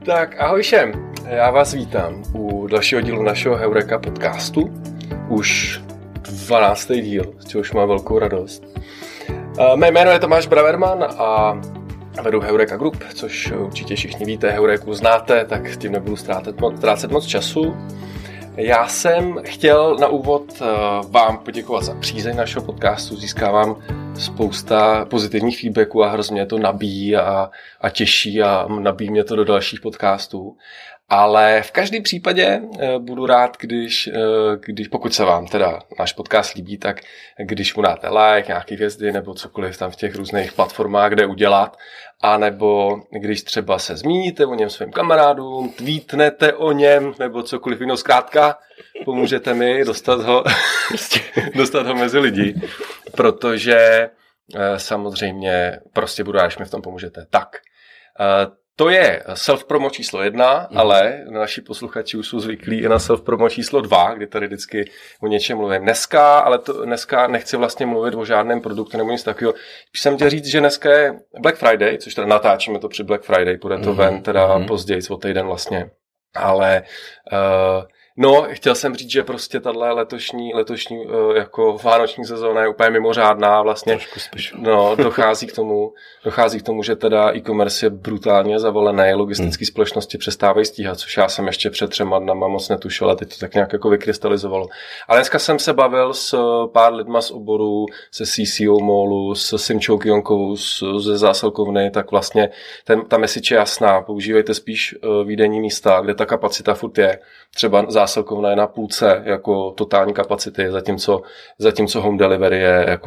Tak ahoj všem, já vás vítám u dalšího dílu našeho Heureka podcastu. Už 12. díl, z čehož mám velkou radost. Mé jméno je Tomáš Braverman a vedu Heureka Group, což určitě všichni víte, Heureku znáte, tak tím nebudu ztrácet moc času. Já jsem chtěl na úvod vám poděkovat za přízeň našeho podcastu, získávám spousta pozitivních feedbacků a hrozně mě to nabíjí a těší a nabíjí mě to do dalších podcastů. Ale v každém případě budu rád, když pokud se vám teda náš podcast líbí, tak když mu dáte like, nějaký hvězdy nebo cokoliv tam v těch různých platformách, kde udělat, a nebo když třeba se zmíníte o něm svým kamarádům, tweetnete o něm nebo cokoliv jiného, zkrátka pomůžete mi dostat ho mezi lidi, protože samozřejmě prostě budu rád, když mi v tom pomůžete. Tak, to je self-promo číslo 1, ale naši posluchači už jsou zvyklí i na self-promo číslo 2, kdy tady vždycky o něčem mluvím. Dneska nechci vlastně mluvit o žádném produktu nebo nic takového. Když jsem chtěl říct, že dneska je Black Friday, což teda natáčíme to při Black Friday, bude to ven teda později, o týden vlastně. Ale chtěl jsem říct, že prostě tahle letošní jako vánoční sezóna je úplně mimořádná vlastně. Dochází k tomu, že teda e-commerce je brutálně zavalený, logistické společnosti přestávají stíhat, což já jsem ještě před 3 dnama moc netušil a teď to tak nějak jako vykrystalizovalo. Ale dneska jsem se bavil s pár lidma z oboru, se CCO Mallu, s Simčou Kionkovou ze zásilkovny, tak vlastně ta message je jasná. Používejte spíš výdejní místa, kde ta kapacita furt je. Třeba zásilkovna je na půlce jako totální kapacity, zatímco home delivery je jako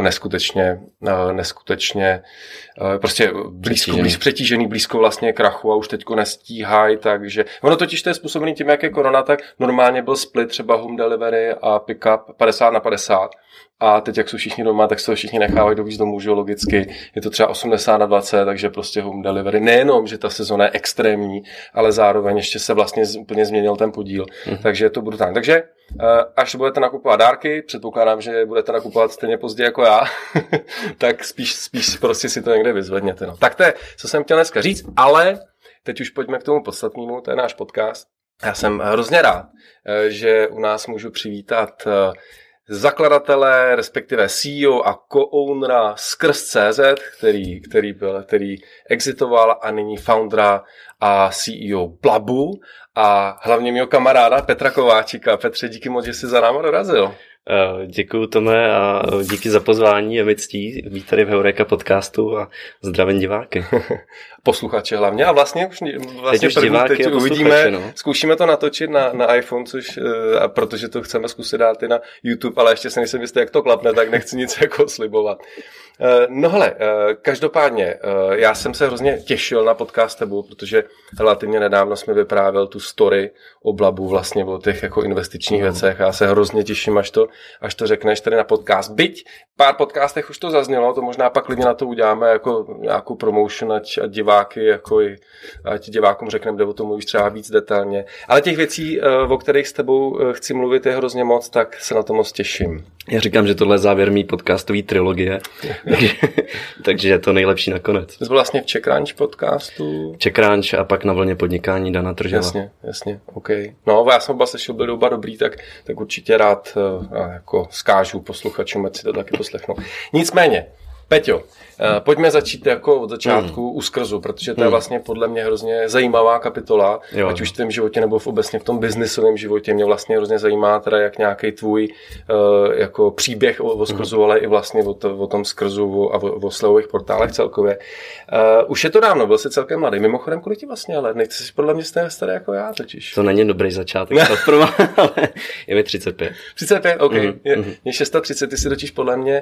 neskutečně prostě přetížený, blízko vlastně krachu a už teďko nestíhají, takže ono totiž to je způsobený tím, jak je korona, tak normálně byl split třeba home delivery a pick-up 50/50 a teď jak jsou všichni doma, tak se to všichni nechávají dovíc domů, že logicky je to třeba 80/20, takže prostě home delivery, nejenom, že ta sezona je extrémní, ale zároveň ještě se vlastně úplně změnil ten podíl, takže je to brutální. Takže až budete nakupovat dárky, předpokládám, že budete nakupovat stejně pozdě jako já, tak spíš prostě si to někde vyzvedněte. No. Tak to je, co jsem chtěl dneska říct, ale teď už pojďme k tomu podstatnému, to je náš podcast. Já jsem hrozně rád, že u nás můžu přivítat zakladatele, respektive CEO a co-ownera Skrz.cz, který exitoval a nyní foundera a CEO Blabu a hlavně mého kamaráda Petra Kováčika. Petře, díky moc, že jsi za náma dorazil. Děkuju, Tome, a díky za pozvání, je mi ctí být tady v Heureka podcastu a zdravím diváky. Posluchače hlavně a vlastně teď uvidíme, no. Zkoušíme to natočit na iPhone, protože to chceme zkusit dát i na YouTube, ale ještě se nejsem jistý, jak to klapne, tak nechci nic jako slibovat. No hele, každopádně, já jsem se hrozně těšil na podcast tebou, protože relativně nedávno jsme vyprávěl tu story o Blabu, vlastně o těch jako investičních věcech. Já se hrozně těším, až to řekneš tady na podcast. Byť pár podcastech už to zaznělo, to možná pak klidně na to uděláme jako nějakou promotion, ať diváky, jako i ať divákům řekneme, kde o tom mluvíš třeba víc detailně. Ale těch věcí, o kterých s tebou chci mluvit, je hrozně moc, tak se na to moc těším. Já říkám, že tohle je závěr mý podcastový trilogie, takže je to nejlepší nakonec. Jsi byl vlastně v Czech Crunch podcastu. Czech Crunch a pak na vlně podnikání Dana Tržela. Jasně, OK. No, já jsem oba slyšel, byl doba dobrý, tak určitě rád jako zkážu posluchačům, ať si to taky poslechnou. Nicméně, Peťo, pojďme začít jako od začátku u Skrzu, protože to je vlastně podle mě hrozně zajímavá kapitola, ať už v tom životě nebo obecně v tom biznisovém životě. Mě vlastně hrozně zajímá teda jak nějaký tvůj jako příběh o Skrzu, ale i vlastně o tom Skrzu a o slevových portálech celkově. Už je to dávno, byl jsi celkem mladý. Mimochodem, kolik ti vlastně let? Nejsi podle mě stejně starý jako já totiž. To není dobrý začátek, ale je mi 35. 35, OK. Je 630, ty jsi totiž podle mě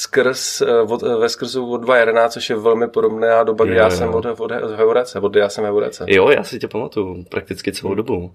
ve Skrzu od 2011, což je velmi podobná doba, kdy já jsem v Heurece. Jo, já si tě pamatuju prakticky celou dobu.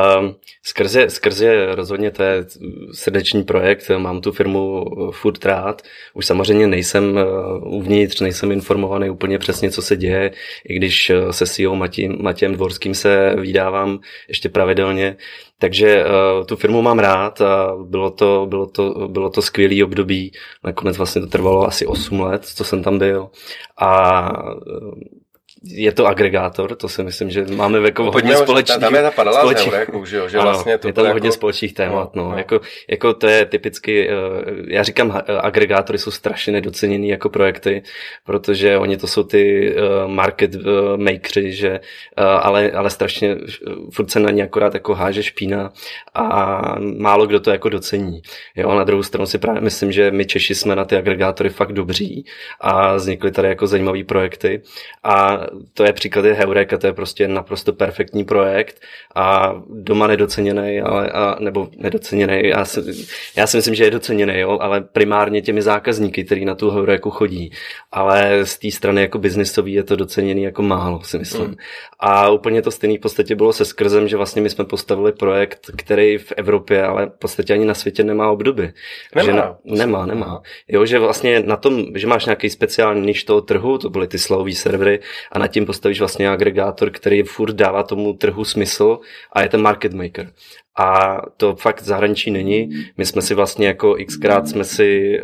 Skrz je rozhodně, to je srdeční projekt, mám tu firmu furt rád, už samozřejmě nejsem uvnitř, nejsem informovaný úplně přesně, co se děje, i když se CEO Matějem Dvorským se vydávám ještě pravidelně. Takže tu firmu mám rád a bylo to skvělý období. Nakonec vlastně to trvalo asi 8 let, co jsem tam byl. A je to agregátor, to si myslím, že máme jako hodně společných. Tam je ta paralela s Heurekou, že ano, vlastně to je tam hodně společných témat, no. Jako to je typicky, já říkám, agregátory jsou strašně nedoceněný jako projekty, protože oni to jsou ty market makeři, že, ale strašně furt se na ně akorát jako háže špína a málo kdo to jako docení. Jo, na druhou stranu si právě myslím, že my Češi jsme na ty agregátory fakt dobří a vznikly tady jako zajímavý projekty a to je příklad Heureka, to je prostě naprosto perfektní projekt a doma nedoceněný, nebo nedoceněný, já si myslím, že je doceněný, jo, ale primárně těmi zákazníky, kteří na tu Heureku chodí, ale z té strany jako biznisový je to doceněný jako málo, si myslím. A úplně to stejný v podstatě bylo se Skrzem, že vlastně my jsme postavili projekt, který v Evropě, ale v podstatě ani na světě nemá obdoby. Nemá. Jo, že vlastně na tom, že máš nějaký speciální niž toho trhu, to byly ty slovové servery a nad tím postavíš vlastně agregátor, který furt dává tomu trhu smysl a je ten market maker. A to fakt v zahraničí není. My jsme si vlastně jako xkrát jsme si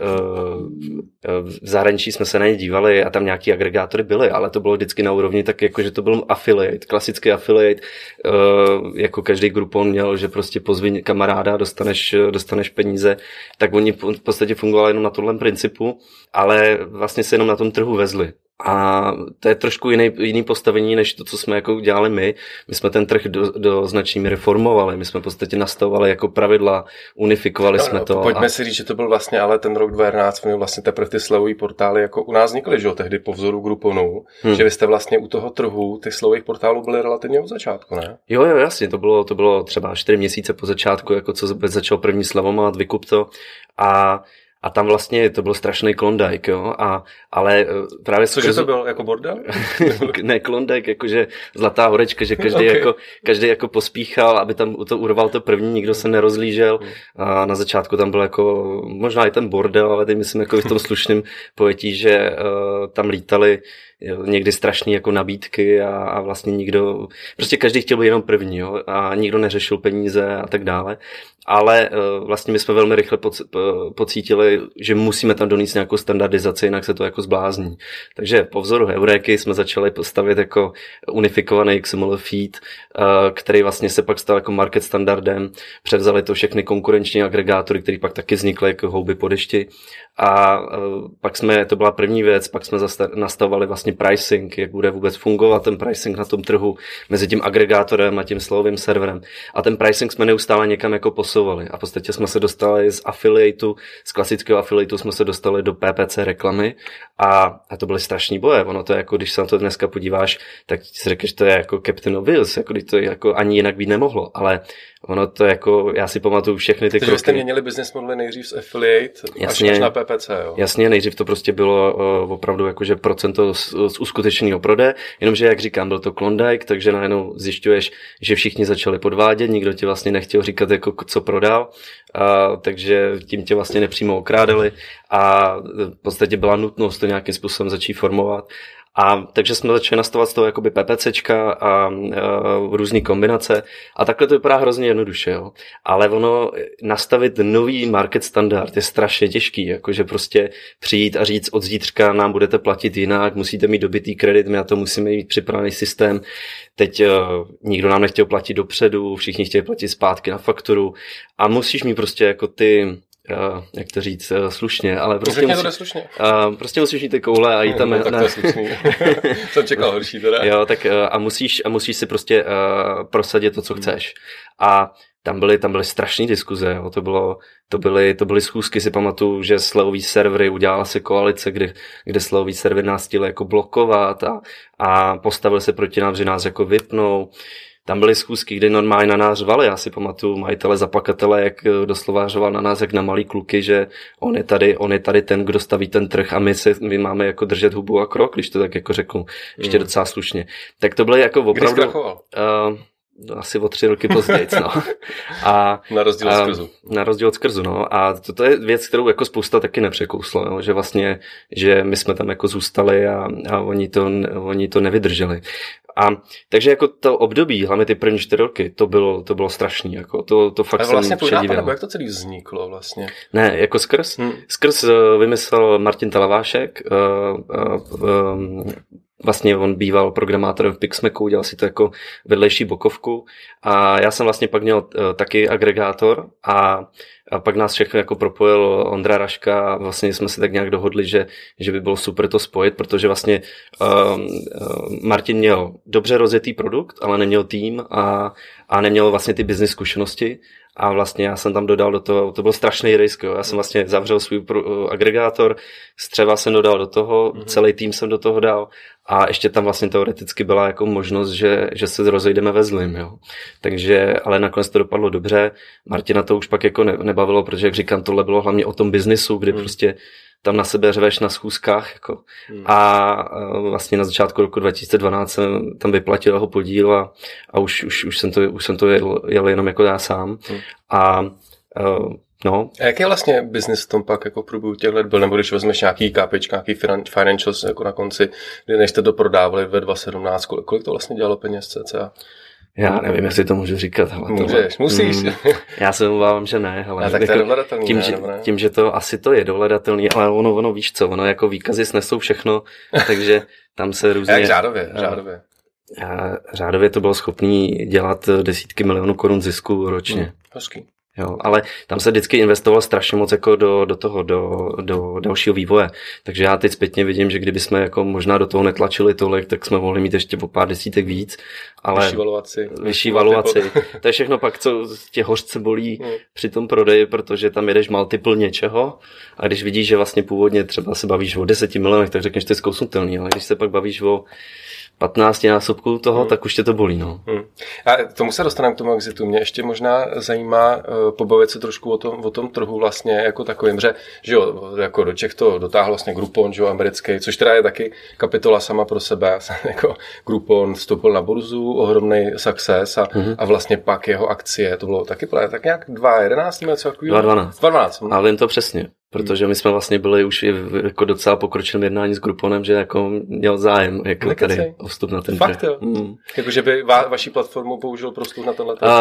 v zahraničí jsme se na ně dívali a tam nějaký agregátory byly, ale to bylo vždycky na úrovni tak jako, že to byl affiliate, klasický affiliate, jako každý Groupon měl, že prostě pozvi kamaráda, dostaneš peníze, tak oni v podstatě fungovali jenom na tomhle principu, ale vlastně se jenom na tom trhu vezli. A to je trošku jiný postavení, než to, co jsme jako dělali my. My jsme ten trh do značné míry formovali, my jsme v podstatě nastavovali jako pravidla, unifikovali jsme to. Pojďme si říct, že to byl vlastně ale ten rok 2011, vlastně teprve ty slevové portály jako u nás vznikly, že jo, tehdy po vzoru Grouponu, že vy jste vlastně u toho trhu těch slevových portálů byli relativně od začátku, ne? Jo, jasně, to bylo třeba 4 měsíce po začátku, jako co začal první slevomat, Vykup to a tam vlastně to byl strašný Klondike, jo, ale právě... Cože to byl, jako bordel? Ne, Klondike, jakože zlatá horečka, že každý jako pospíchal, aby tam to urval to první, nikdo se nerozlížel a na začátku tam byl jako, možná i ten bordel, ale teď myslím jako v tom slušném pojetí, že tam lítali někdy strašný jako nabídky a vlastně nikdo, prostě každý chtěl být jenom první, jo, a nikdo neřešil peníze a tak dále, ale vlastně my jsme velmi rychle pocítili, že musíme tam donést nějakou standardizaci, jinak se to jako zblázní. Takže po vzoru Heureky jsme začali postavit jako unifikovaný XML feed, který vlastně se pak stal jako market standardem, převzali to všechny konkurenční agregátory, které pak taky vznikly jako houby po dešti a pak to byla první věc, pak jsme nastavovali vlastně pricing, jak bude vůbec fungovat ten pricing na tom trhu mezi tím agregátorem a tím slovovým serverem. A ten pricing jsme neustále někam jako posouvali. A v podstatě jsme se dostali z klasického affiliateu jsme se dostali do PPC reklamy a to byly strašný boje. Ono to je jako, když se na to dneska podíváš, tak si řekneš, že to je jako Captain Obvious, jako když to jako ani jinak být nemohlo, ale ono to jako, já si pamatuju všechny ty kroky. Takže jste měnili business modely nejdřív z affiliate až na PPC, jo? Jasně, nejdřív to prostě bylo opravdu jakože procento z uskutečného prodeje, jenomže, jak říkám, byl to Klondike, takže najednou zjišťuješ, že všichni začali podvádět, nikdo ti vlastně nechtěl říkat, jako co prodal, takže tím tě vlastně nepřímo okrádali a v podstatě byla nutnost to nějakým způsobem začít formovat. A takže jsme začali nastavovat z toho jakoby PPCčka a různý kombinace a takhle to vypadá hrozně jednoduše, jo. Ale ono nastavit nový market standard je strašně těžký, jakože prostě přijít a říct od zítřka nám budete platit jinak, musíte mít dobitý kredit, my na to musíme mít připravený systém. Teď nikdo nám nechtěl platit dopředu, všichni chtěli platit zpátky na fakturu a musíš mít prostě jako ty jak to říct, slušně, ale prostě musíš mít ty koule a jít tam tak to je slušný. Jsem čekal horší teda. Jo, tak a musíš si prostě prosadit to, co chceš. A tam byly strašné diskuze, jo. To byly schůzky, si pamatuju, že slevový servery, udělala se koalice, kde slevový server nás chtěli jako blokovat a postavili se proti nám, že nás jako vypnou. Tam byly schůzky, kdy normálně na nás řvali. Já si pamatuju majitele zapakatele, jak doslova řval na nás, jak na malý kluky, že on je tady ten, kdo staví ten trh a my máme jako držet hubu a krok, když to tak jako řeknu, ještě docela slušně. Tak to bylo jako opravdu... Kdy zkrachoval? Asi o 3 roky později, no. Na rozdíl od Skrzu. Na rozdíl od Skrzu, no. A to je věc, kterou jako spousta taky nepřekouslo, jo? Že vlastně, že my jsme tam jako zůstali a oni to nevydrželi. Takže jako to období, hlavně ty první 4 roky, to bylo strašný, jako to fakt jsem vlastně předíval. Nebo jak to celý vzniklo vlastně? Ne, jako Skrz. Skrz vymyslel Martin Talavášek, vlastně on býval programátorem v Pixmacu, dělal si to jako vedlejší bokovku a já jsem vlastně pak měl taky agregátor a pak nás všechno jako propojil Ondra Raška a vlastně jsme se tak nějak dohodli, že by bylo super to spojit, protože vlastně Martin měl dobře rozjetý produkt, ale neměl tým a neměl vlastně ty business zkušenosti a vlastně já jsem tam dodal do toho, to byl strašný risk, jo. Já jsem vlastně zavřel svůj agregátor, střeva jsem dodal do toho, celý tým jsem do toho dal a ještě tam vlastně teoreticky byla jako možnost, že se rozejdeme ve zlým, jo. Takže, ale nakonec to dopadlo dobře, Martina to už pak jako nebavilo, protože jak říkám, tohle bylo hlavně o tom biznisu, kdy prostě tam na sebe řveš na schůzkách jako. A vlastně na začátku roku 2012 jsem tam vyplatil jeho podíl a už jsem to jel jenom jako já sám. No. A jaký vlastně biznis v tom pak jako v průběhu těch let byl, nebo když vezmeš nějaký KPIčka, nějaký financials jako na konci, než jste to prodávali ve 2017, kolik to vlastně dělalo peněz cca? Já nevím, jestli to můžu říkat. Musíš. Já se obávám, že ne. Ale tak to je dohledatelný. Tím, že to asi to je dohledatelný, ale ono víš co, ono jako výkazy snesou všechno, takže tam se různě... Jak řádově? Řádově to bylo schopný dělat desítky milionů korun zisku ročně. Hezký. Jo, ale tam se vždycky investovalo strašně moc jako do dalšího vývoje. Takže já teď zpětně vidím, že kdyby jsme jako možná do toho netlačili tolik, tak jsme mohli mít ještě po pár desítek víc. Ale vyšší valuaci. To je všechno pak, co tě hořce bolí při tom prodeji, protože tam jedeš multiple něčeho a když vidíš, že vlastně původně třeba se bavíš o 10 milionech, tak řekneš, že to je zkousnutelný, ale když se pak bavíš o 15 násobků toho, tak už tě to bolí, no. A tomu se dostaneme k tomu exitu. Mě ještě možná zajímá pobavit se trošku o tom trhu vlastně jako takovým, že jo, jako do Čech to dotáhl vlastně Groupon, že jo, americký, což teda je taky kapitola sama pro sebe. Já jsem jako Groupon vstoupil na burzu, ohromný success a vlastně pak jeho akcie, to bylo taky tak nějak 2,11 nebo něco takového? 2,12. Ale vím to přesně. Protože my jsme vlastně byli už i jako docela pokročilém jednání s Grouponem, že jako měl zájem jako tady o vstup na ten trh. Fakt jo? Jakože by vaši platformu použil pro vstup na tenhle trh?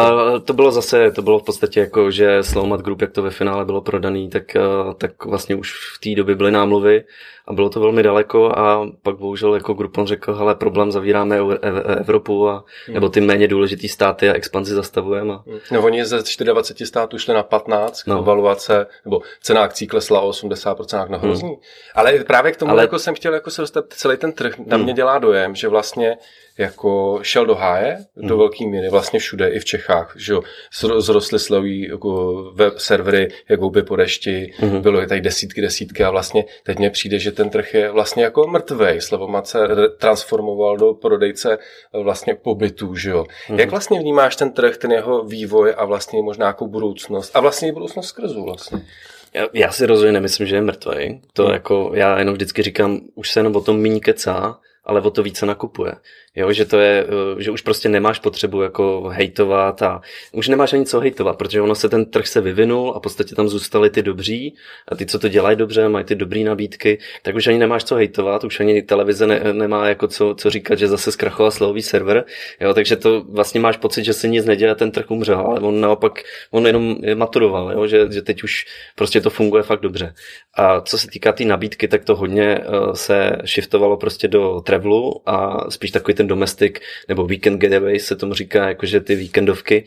To bylo v podstatě jako, že Slowmat Group, jak to ve finále bylo prodaný, tak vlastně už v té době byly námluvy a bylo to velmi daleko a pak bohužel jako Groupon řekl, hele, problém, zavíráme Evropu nebo ty méně důležitý státy a expanzi zastavujeme. No oni ze 24 států šli na 15, evaluace, nebo cena akcí klesla o 80% na hrozný. Ale právě k tomu jako jsem chtěl jako se dostat celý ten trh, na mě dělá dojem, že vlastně jako šel do háje, do velký míry, vlastně všude, i v Čechách, že jo, zrostly slový jako web servery, jak houby po dešti, bylo je tady desítky a vlastně teď mně přijde, že ten trh je vlastně jako mrtvej, Slevomat se transformoval do prodejce vlastně pobytů, že jo. Jak vlastně vnímáš ten trh, ten jeho vývoj a vlastně možná jako budoucnost a vlastně i budoucnost skrzu vlastně? Já si rozhodně nemyslím, že je mrtvej. To jako, já jenom vždycky říkám, už se jenom o tom míň kecá, ale o to více nakupuje. Jo, že to je, že už prostě nemáš potřebu jako hejtovat a už nemáš ani co hejtovat, protože ono se ten trh se vyvinul a v podstatě tam zůstali ty dobří a ty, co to dělají dobře, mají ty dobrý nabídky, tak už ani nemáš co hejtovat, už ani televize nemá jako co říkat, že zase zkrachoval slovový server, jo, takže to vlastně máš pocit, že se nic neděje, ten trh umřel, ale on naopak, on jenom maturoval, jo, že teď už prostě to funguje fakt dobře. A co se týká té nabídky, tak to hodně se shiftovalo prostě do travelu a spíš takový ten domestic nebo weekend getaway se tomu říká, jakože ty víkendovky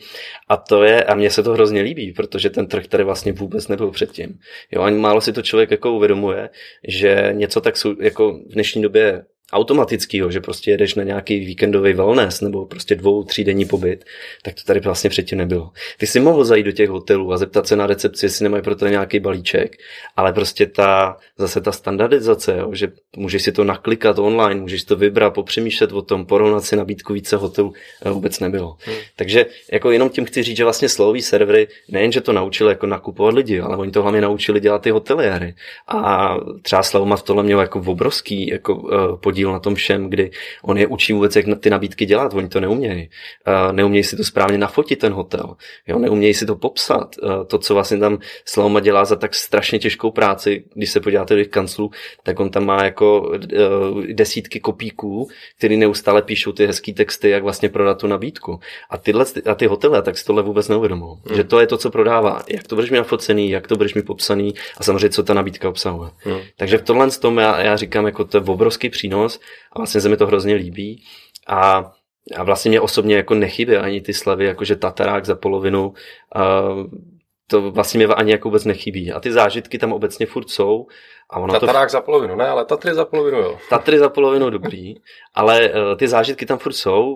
a mně se to hrozně líbí, protože ten trh tady vlastně vůbec nebyl předtím. Jo, ani málo si to člověk jako uvědomuje, že něco tak jako v dnešní době automatického, že prostě jedeš na nějaký víkendový wellness nebo prostě 2-3 denní pobyt, tak to tady vlastně předtím nebylo. Ty si mohl zajít do těch hotelů a zeptat se na recepci, jestli nemají pro to nějaký balíček, ale prostě zase ta standardizace, jo, že můžeš si to naklikat online, můžeš to vybrat, popřemýšlet o tom, porovnat si nabídku více hotelů, vůbec nebylo. Takže jako jenom tím chci říct, že vlastně slovový servery nejenže to naučili jako nakupovat lidi, ale oni to hlavně naučili dělat ty hoteliéry. A třeba Slevomat v tohle měl jako obrovský jako podíl na tom všem, kdy on je učí vůbec, jak ty nabídky dělat, oni to neumějí. Neumějí si to správně nafotit ten hotel. Jo? Neumějí si to popsat. To, co vlastně tam Slevomat dělá za tak strašně těžkou práci, když se podíváte do těch kanclů, tak on tam má jako desítky kopíků, který neustále píšou ty hezký texty, jak vlastně prodat tu nabídku. A ty hotely tak si tohle vůbec neuvědomou. Že to je to, co prodává. Jak to budeš mi nafocený, jak to budeš mi popsaný a samozřejmě, co ta nabídka obsahuje. Takže v tohle tom já říkám, jako to je obrovský přínos. letos a vlastně se mi to hrozně líbí a vlastně mě osobně jako nechybí ani ty slevy, jakože Tatarák za polovinu, to vlastně mě ani jako vůbec nechybí. A ty zážitky tam obecně furt jsou. A ono Tatarák za polovinu, ne, ale Tatry za polovinu, jo. Tatry za polovinu dobrý, ale ty zážitky tam furt jsou,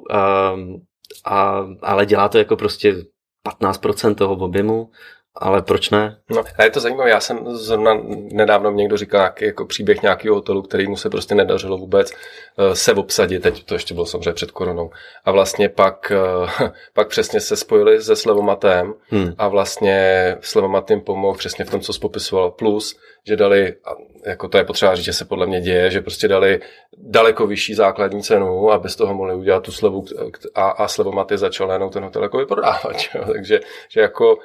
ale dělá to jako prostě 15% toho objemu. Ale proč ne? No, a je to zajímavé, já jsem zrovna nedávno někdo říkal jako příběh nějakého hotelu, který mu se prostě nedařilo vůbec se obsadit, teď to ještě bylo samozřejmě před koronou. A vlastně pak přesně se spojili se Slevomatem a vlastně Slevomat jim pomohl přesně v tom, co jsi popisoval. Plus, že dali, jako to je potřeba říct, že se podle mě děje, že prostě dali daleko vyšší základní cenu a bez toho mohli udělat tu slevu a Slevomat je začal najednou ten hotel jako vyprodávat. Takže že jako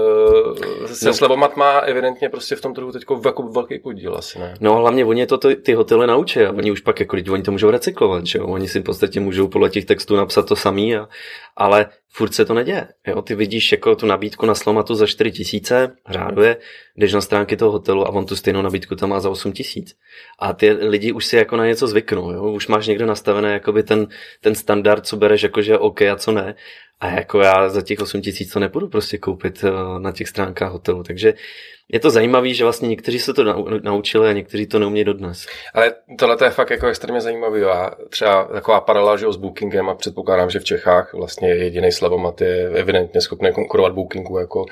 Slevomat má evidentně prostě v tom trhu teď jako velký podíl asi, ne? No hlavně oni to ty hotely naučí a oni už pak jako oni to můžou recyklovat, že jo? Oni si v podstatě můžou podle těch textů napsat to samý, ale furt se to neděje. Jo? Ty vidíš jako tu nabídku na Slomatu za 4 000 řáduje, jdeš na stránky toho hotelu a on tu stejnou nabídku tam má za 8 000. A ty lidi už si jako na něco zvyknou, jo? Už máš někde nastavené jakoby ten standard, co bereš jakože OK a co ne. A jako já za těch 8 000 to nepůjdu prostě koupit na těch stránkách hotelu. Takže je to zajímavé, že vlastně někteří se to naučili a někteří to neumějí dodnes. Ale tohle je fakt jako extrémně zajímavý. A třeba taková paralela, že s Bookingem a předpokládám, že v Čechách vlastně jediný Slevomat je evidentně schopný konkurovat Bookingu jako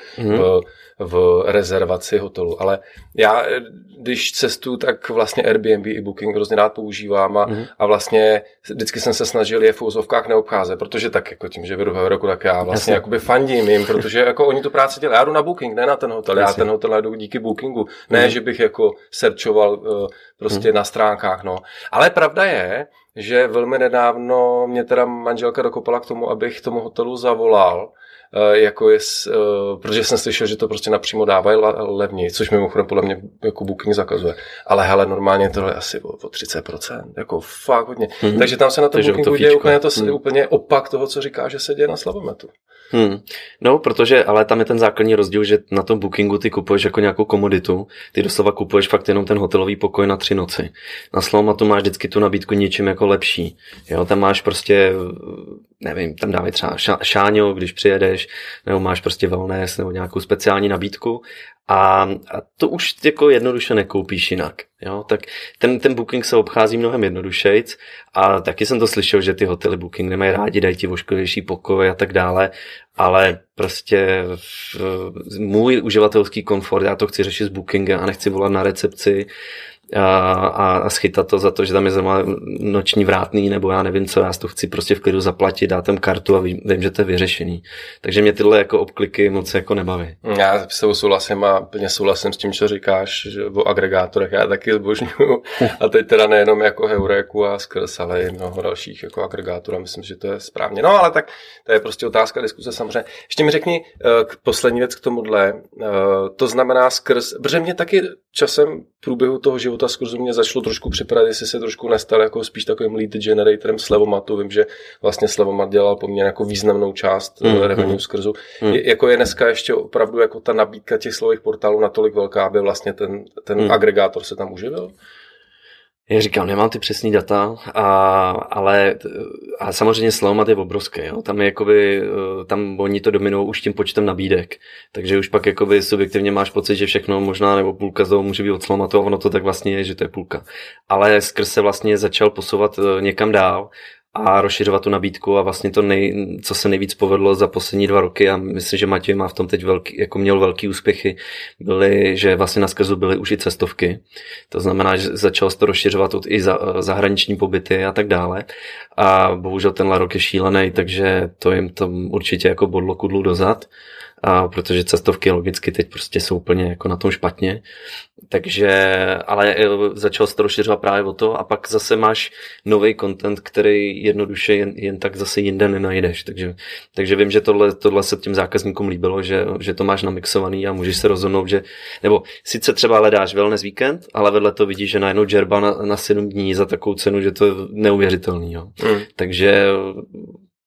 v rezervaci hotelu. Ale já, když cestuju, tak vlastně Airbnb i Booking hrozně rád používám a vlastně vždycky jsem se snažil je v úzovkách neobcházet, protože tak jako tím, že vedu v Euroku, tak já vlastně jakoby fandím jim, protože jako oni tu práci dělají. Já jdu na Booking, ne na ten hotel. Já ten hotel najdu díky Bookingu. Ne, že bych jako searchoval prostě na stránkách, no. Ale pravda je, že velmi nedávno mě teda manželka dokopala k tomu, abych tomu hotelu zavolal, protože jsem slyšel, že to prostě napřímo dávají levněji, což mimochodem podle mě jako Booking zakazuje. Ale hele, normálně tohle je asi o 30%, jako fakt hodně. Takže tam se na tom Bookingu děje úplně opak toho, co říká, že se děje na Slavometu. No, protože, ale tam je ten základní rozdíl, že na tom Bookingu ty kupuješ jako nějakou komoditu, ty doslova kupuješ fakt jenom ten hotelový pokoj na 3 noci. Na Slavomatu máš vždycky tu nabídku něčím jako lepší. Jo, tam máš prostě, nevím, tam dávají třeba šáňo, když přijedeš, nebo máš prostě wellness, nebo nějakou speciální nabídku. A to už jako jednoduše nekoupíš jinak. Jo? Tak ten Booking se obchází mnohem jednodušejc a taky jsem to slyšel, že ty hotely Booking nemají rádi, dají ti vošklivější pokoj a tak dále, ale prostě můj uživatelský komfort, já to chci řešit s Bookingem a nechci volat na recepci a schytat to za to, že tam je zrovna noční vrátný, nebo já nevím co, já to chci prostě v klidu zaplatit, dát tam kartu a vím, že to je vyřešený. Takže mě tyhle jako obkliky moc jako nebaví. Já s souhlasím a plně souhlasím s tím, co říkáš o agregátorech, já taky zbožňuju. A teď teda nejenom jako Heuréku a Skrz, ale i mnoho dalších jako agregátorů a myslím, že to je správně. No ale tak to je prostě otázka diskuse samozřejmě. Ještě mi řekni poslední věc k tomuhle. To znamená Skrz, protože mě taky časem v průběhu toho života Skrzu mě začalo trošku připadat, jestli se trošku nestal jako spíš takovým lead generatorem Slevomatu. Vím, že vlastně Slevomat dělal poměrně jako významnou část revenue Skrzu. Jako je dneska ještě opravdu jako ta nabídka těch slových portálů natolik velká, aby vlastně ten agregátor se tam uživil? Já říkám, nemám ty přesný data, ale samozřejmě Slevomat je obrovský, jo. Tam je jakoby, tam oni to dominují už tím počtem nabídek, takže už pak jakoby subjektivně máš pocit, že všechno možná nebo půlka z toho může být od Slevomatu a ono to tak vlastně je, že to je půlka. Ale Skrz se vlastně začal posouvat někam dál a rozšiřovat tu nabídku a vlastně to co se nejvíc povedlo za poslední 2 roky a myslím, že Matěj má v tom teď měl velký úspěchy, byly, že vlastně na Skrzu byly už i cestovky. To znamená, že začalo se to rozšiřovat i zahraniční pobyty a tak dále. A bohužel tenhle rok je šílený, takže to jim tam určitě jako bodlo kudlu dozad. Protože cestovky logicky teď prostě jsou úplně jako na tom špatně. Takže, ale začalo se to rozšiřovat právě o to a pak zase máš nový content, který jednoduše jen tak zase jinde nenajdeš. Takže vím, že tohle se těm zákazníkům líbilo, že to máš namixovaný a můžeš se rozhodnout, že, nebo sice třeba hledáš wellness víkend, ale vedle to vidíš, že najednou džerba na 7 dní za takovou cenu, že to je neuvěřitelný. Jo. Takže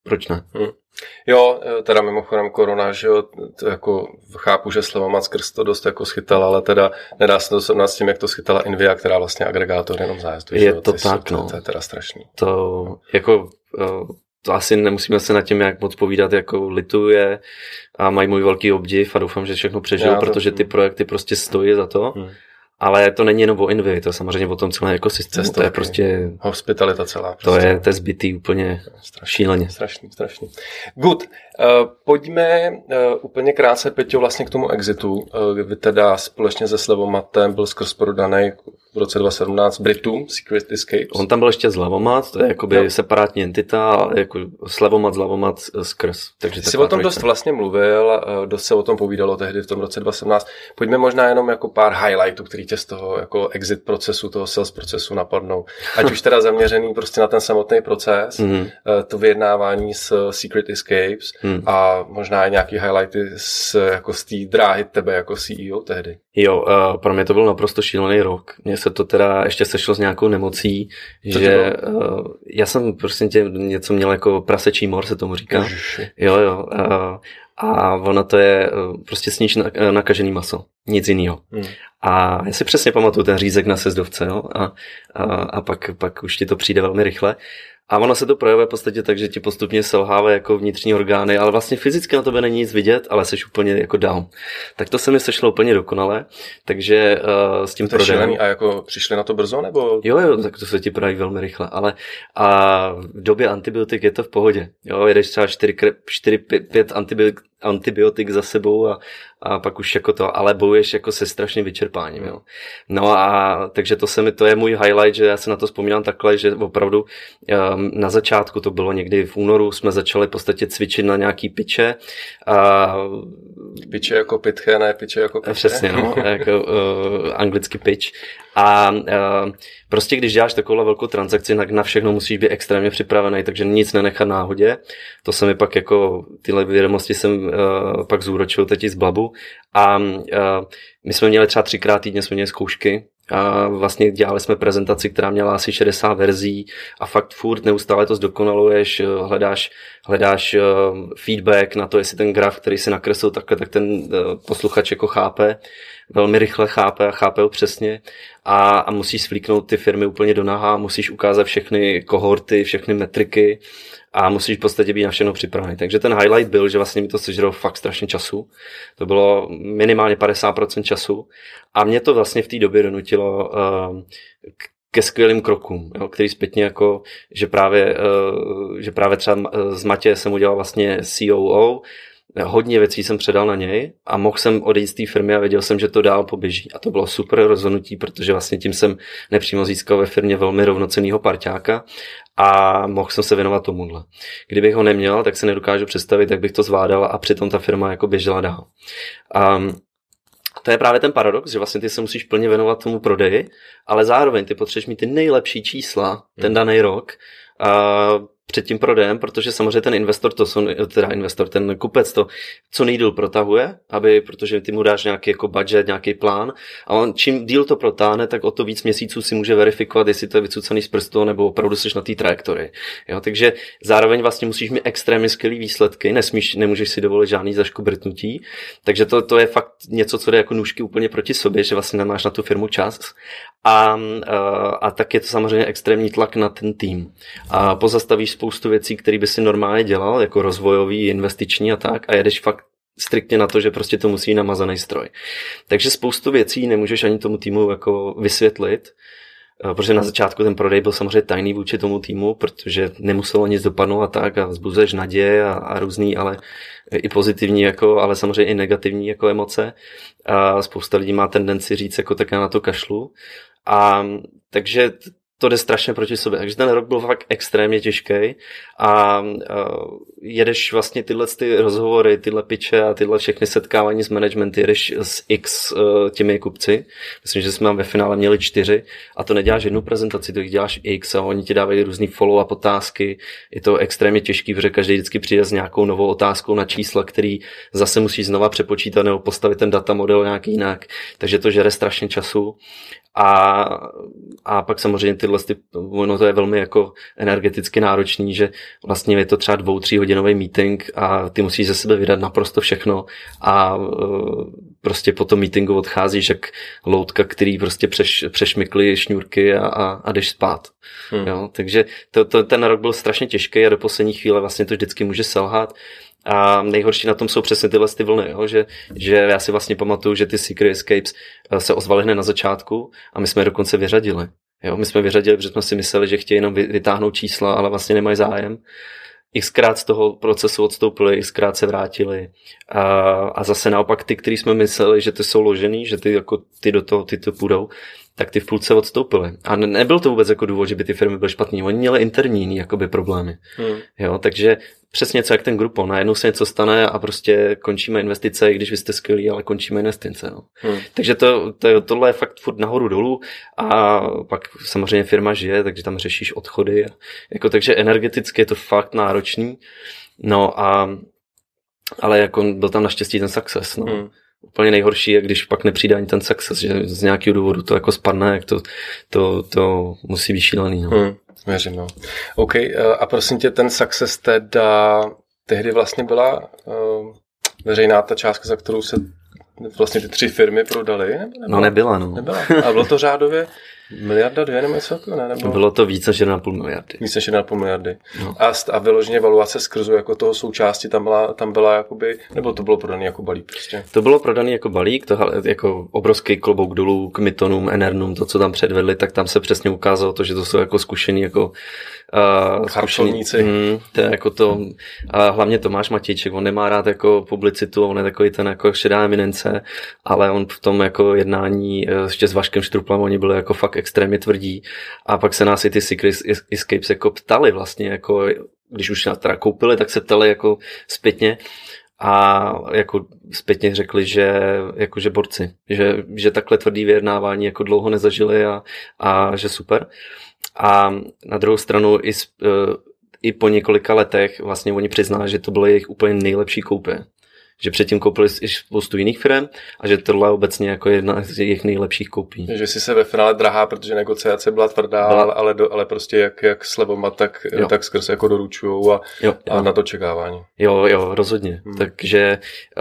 proč ne? Jo, teda mimochodem korona, že jo, to jako chápu, že Slevomat skrz to dost jako schytala, ale teda nedá se to srovnat s tím, jak to schytala Nvidia, která vlastně agregátor jenom zájezdu. Je to tak, no. To je teda strašný. To jako... To asi nemusíme se nad tím jak moc povídat, jako lituje a mají můj velký obdiv a doufám, že všechno přežijou, protože ty projekty prostě stojí za to. Ale to není jenom o Nvidia, to je samozřejmě o tom celé ekosystému. To je prostě... Hospitalita celá. Prostě. To je zbytý úplně šíleně. Strašný. Good. Pojďme úplně krátce, Peťo, vlastně k tomu exitu. Vy teda společně se Slevomatem byl skrz prodaný v roce 2017 Britům, Secret Escapes. On tam byl ještě Slevomat, to je jakoby separátní entita, jako Slevomat skrz. Takže jsi o tom dost vlastně mluvil, dost se o tom povídalo tehdy v tom roce 2017. Pojďme možná jenom jako pár highlightů, který tě z toho jako exit procesu, toho sales procesu napadnou. Ať už teda zaměřený prostě na ten samotný proces, to vyjednávání s Secret Escapes a možná i nějaký highlighty z té dráhy tebe jako CEO tehdy. Jo, pro mě to byl naprosto šílený rok. Mně se to teda ještě sešlo s nějakou nemocí, že já jsem prostě něco měl jako prasečí mor, se tomu říká. Jo. A ono to je prostě sníž nakažený maso. Nic jinýho. A já si přesně pamatuju ten řízek na sjezdovce, jo? A pak už ti to přijde velmi rychle. A ono se to projevuje v podstatě tak, že ti postupně selhávají jako vnitřní orgány, ale vlastně fyzicky na tobě není nic vidět, ale jsi úplně jako down. Tak to se mi sešlo úplně dokonale, takže s tím prodejem. A jako přišli na to brzo, nebo? Jo, tak to se ti projeví velmi rychle, ale a v době antibiotik je to v pohodě. Jo, jedeš třeba 4-5 antibiotik za sebou a pak už jako to, ale bojuješ jako se strašným vyčerpáním, jo. No a takže to je můj highlight, že já se na to vzpomínám takhle, že opravdu na začátku to bylo někdy v únoru, jsme začali v podstatě cvičit na nějaký piče. Piče jako pitche, ne piče jako piče. Přesně, no, jako anglicky pitch. A prostě když děláš takovou velkou transakci, tak na všechno musíš být extrémně připravený, takže nic nenechat náhodě. To se mi pak jako, tyhle vědomosti jsem pak zúročil teď i z Blabu. A my jsme měli třeba 3x týdně jsme měli zkoušky. A vlastně dělali jsme prezentaci, která měla asi 60 verzí a fakt furt neustále to zdokonaluješ, hledáš feedback na to, jestli ten graf, který si nakreslil takhle, tak ten posluchač jako chápe, velmi rychle chápe ho přesně a musíš svlíknout ty firmy úplně do naha, musíš ukázat všechny kohorty, všechny metriky a musíš v podstatě být na všechno připravený. Takže ten highlight byl, že vlastně mi to sežralo fakt strašně času. To bylo minimálně 50% času a mě to vlastně v té době donutilo ke skvělým krokům, jo, který zpětně jako, že právě třeba z Matě jsem udělal vlastně COO, hodně věcí jsem předal na něj a mohl jsem odejít z té firmy a věděl jsem, že to dál poběží. A to bylo super rozhodnutí, protože vlastně tím jsem nepřímo získal ve firmě velmi rovnocennýho parťáka a mohl jsem se věnovat tomuhle. Kdybych ho neměl, tak se nedokážu představit, jak bych to zvládal a přitom ta firma jako běžela dál. To je právě ten paradox, že vlastně ty se musíš plně věnovat tomu prodeji, ale zároveň ty potřebuješ mít ty nejlepší čísla ten daný rok před tím prodejem, protože samozřejmě ten kupec to co nejdýl protahuje, protože ty mu dáš nějaký jako budget, nějaký plán a on čím díl to protáhne, tak o to víc měsíců si může verifikovat, jestli to je vycucaný z prstu nebo opravdu jsi na té trajektorii. Jo, takže zároveň vlastně musíš mít extrémně skvělý výsledky, nemůžeš si dovolit žádný zaškobrtnutí, takže to je fakt něco, co jde jako nůžky úplně proti sobě, že vlastně nemáš na tu firmu čas a tak je to samozřejmě extrémní tlak na ten tým. A pozastavíš spoustu věcí, které by si normálně dělal, jako rozvojový, investiční a tak, a jedeš fakt striktně na to, že prostě to musí namazaný stroj. Takže spoustu věcí nemůžeš ani tomu týmu jako vysvětlit, protože na začátku ten prodej byl samozřejmě tajný vůči tomu týmu, protože nemuselo nic dopadnout a tak a vzbuzuješ naděje a různý, ale i pozitivní, jako, ale samozřejmě i negativní jako emoce. A spousta lidí má tendenci říct, jako tak já na to kašlu. A takže to jde strašně proti sobě. Takže ten rok byl fakt extrémně těžký a jedeš vlastně tyhle ty rozhovory, tyhle pitche a tyhle všechny setkávání s managementy, jedeš s X těmi kupci. Myslím, že jsme ve finále měli 4 a to neděláš jednu prezentaci, to jich děláš X a oni ti dávají různý follow-up otázky. Je to extrémně těžký, protože každý vždycky přijde s nějakou novou otázkou na čísla, který zase musíš znova přepočítat nebo postavit ten data model nějak jinak. Takže to žere strašně času. A pak samozřejmě ono to je velmi jako energeticky náročný, že vlastně je to třeba 2-3 hodinový meeting a ty musíš ze sebe vydat naprosto všechno a prostě po tom meetingu odcházíš jak loutka, který prostě přešmykli šňůrky a jdeš spát. Jo? Takže ten rok byl strašně těžký a do poslední chvíle vlastně to vždycky může selhat. A nejhorší na tom jsou přesně tyhle ty vlny, jo? Že já si vlastně pamatuju, že ty Secret Escapes se ozvaly hned na začátku a my jsme je dokonce vyřadili. Jo? My jsme vyřadili, protože jsme si mysleli, že chtějí jenom vytáhnout čísla, ale vlastně nemají zájem. Xkrát z toho procesu odstoupili, xkrát se vrátili a zase naopak ty, který jsme mysleli, že ty jsou ložený, že ty to půjdou, tak ty v půlce odstoupily. A nebyl to vůbec jako důvod, že by ty firmy byly špatný. Oni měli interní jakoby problémy. Jo, takže přesně co jak ten Groupon. Najednou se něco stane a prostě končíme investice, i když vy jste skvělí, ale končíme investice. No. Takže tohle je fakt furt nahoru dolů a pak samozřejmě firma žije, takže tam řešíš odchody. Takže energeticky je to fakt náročný. No ale jako byl tam naštěstí ten success. No. Úplně nejhorší je, když pak nepřijde ani ten success, že z nějakého důvodu to jako spadne, jak to musí být šílený. No. Věřím, no. OK, a prosím tě, ten success teda tehdy vlastně byla veřejná ta částka, za kterou se vlastně ty 3 firmy prodaly? No nebyla, no. Nebyla. A bylo to řádově 1,2 miliardy, nebo něco takového, ne? Bylo to víc než 1,5 miliardy. Víc než 1,5 miliardy. No. A vyloženě valuace skrzu jako toho součástí tam byla jakoby, nebo to bylo prodaný jako balík prostě? To bylo prodaný jako balík, to jako obrovský klobouk dolů k Mytonům, Enernům, to, co tam předvedli, tak tam se přesně ukázalo to, že to jsou jako zkušený jako harčovníci. To je jako to, a hlavně Tomáš Matějček, on nemá rád jako publicitu, on je takový ten jako šedá eminence, ale on v tom jako jednání ještě s Vaškem Štruplem, oni byli jako fakt extrémně tvrdí a pak se nás i ty Secret Escapes jako ptali vlastně, jako když už nás teda koupili, tak se ptali jako zpětně a jako zpětně řekli, že borci, že takhle tvrdý vyjednávání jako dlouho nezažili a že super. A na druhou stranu i po několika letech vlastně oni přiznali, že to bylo jejich úplně nejlepší koupě. Že předtím koupili i spoustu jiných firm a že tohle je obecně jako jedna z jejich nejlepších koupí. Že si se ve finále drahá, protože negociace byla tvrdá, ale prostě jak s levoma, tak skrz jako doručujou a na to čekávání. Jo, rozhodně. Takže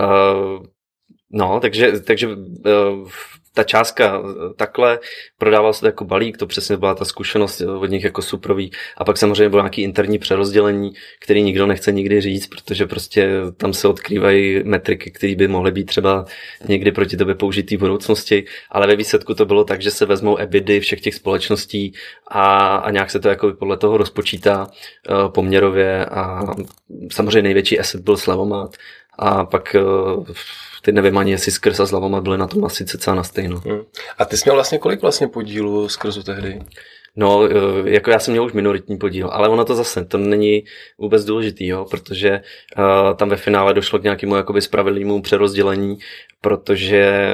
ta částka takhle, prodával se to jako balík, to přesně byla ta zkušenost od nich jako suprový. A pak samozřejmě bylo nějaký interní přerozdělení, který nikdo nechce nikdy říct, protože prostě tam se odkrývají metriky, které by mohly být třeba někdy proti tobě použitý v budoucnosti, ale ve výsledku to bylo tak, že se vezmou EBITy všech těch společností a nějak se to jako podle toho rozpočítá poměrově a samozřejmě největší asset byl Slevomat a pak teď nevím ani, jestli Skrz a Slavomat byly na tom asi cca na stejno. A ty jsi měl vlastně kolik vlastně podílů Skrzu tehdy? No, jako já jsem měl už minoritní podíl, ale ono to zase, to není vůbec důležitý, jo, protože tam ve finále došlo k nějakému jakoby spravedlivému přerozdělení, protože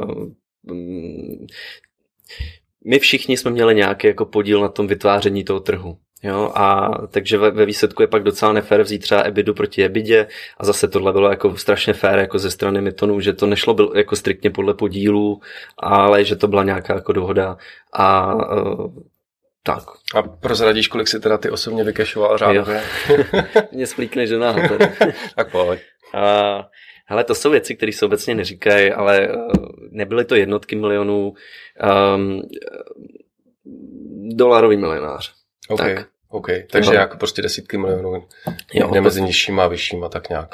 my všichni jsme měli nějaký jako podíl na tom vytváření toho trhu. Jo, a takže ve výsledku je pak docela nefér vzít třeba EBITu proti EBITě a zase tohle bylo jako strašně fér jako ze strany Mytonů, že to nešlo jako striktně podle podílů, ale že to byla nějaká jako dohoda a tak. A prozradíš, kolik si teda ty osobně vykešoval řádově? Mě splíkne žena. Tak pojď. Hele, to jsou věci, které se obecně neříkají, ale nebyly to jednotky milionů, dolarový milionář. OK. Takže jako prostě desítky milionů. Někde mezi nižšíma a vyššíma, tak nějak.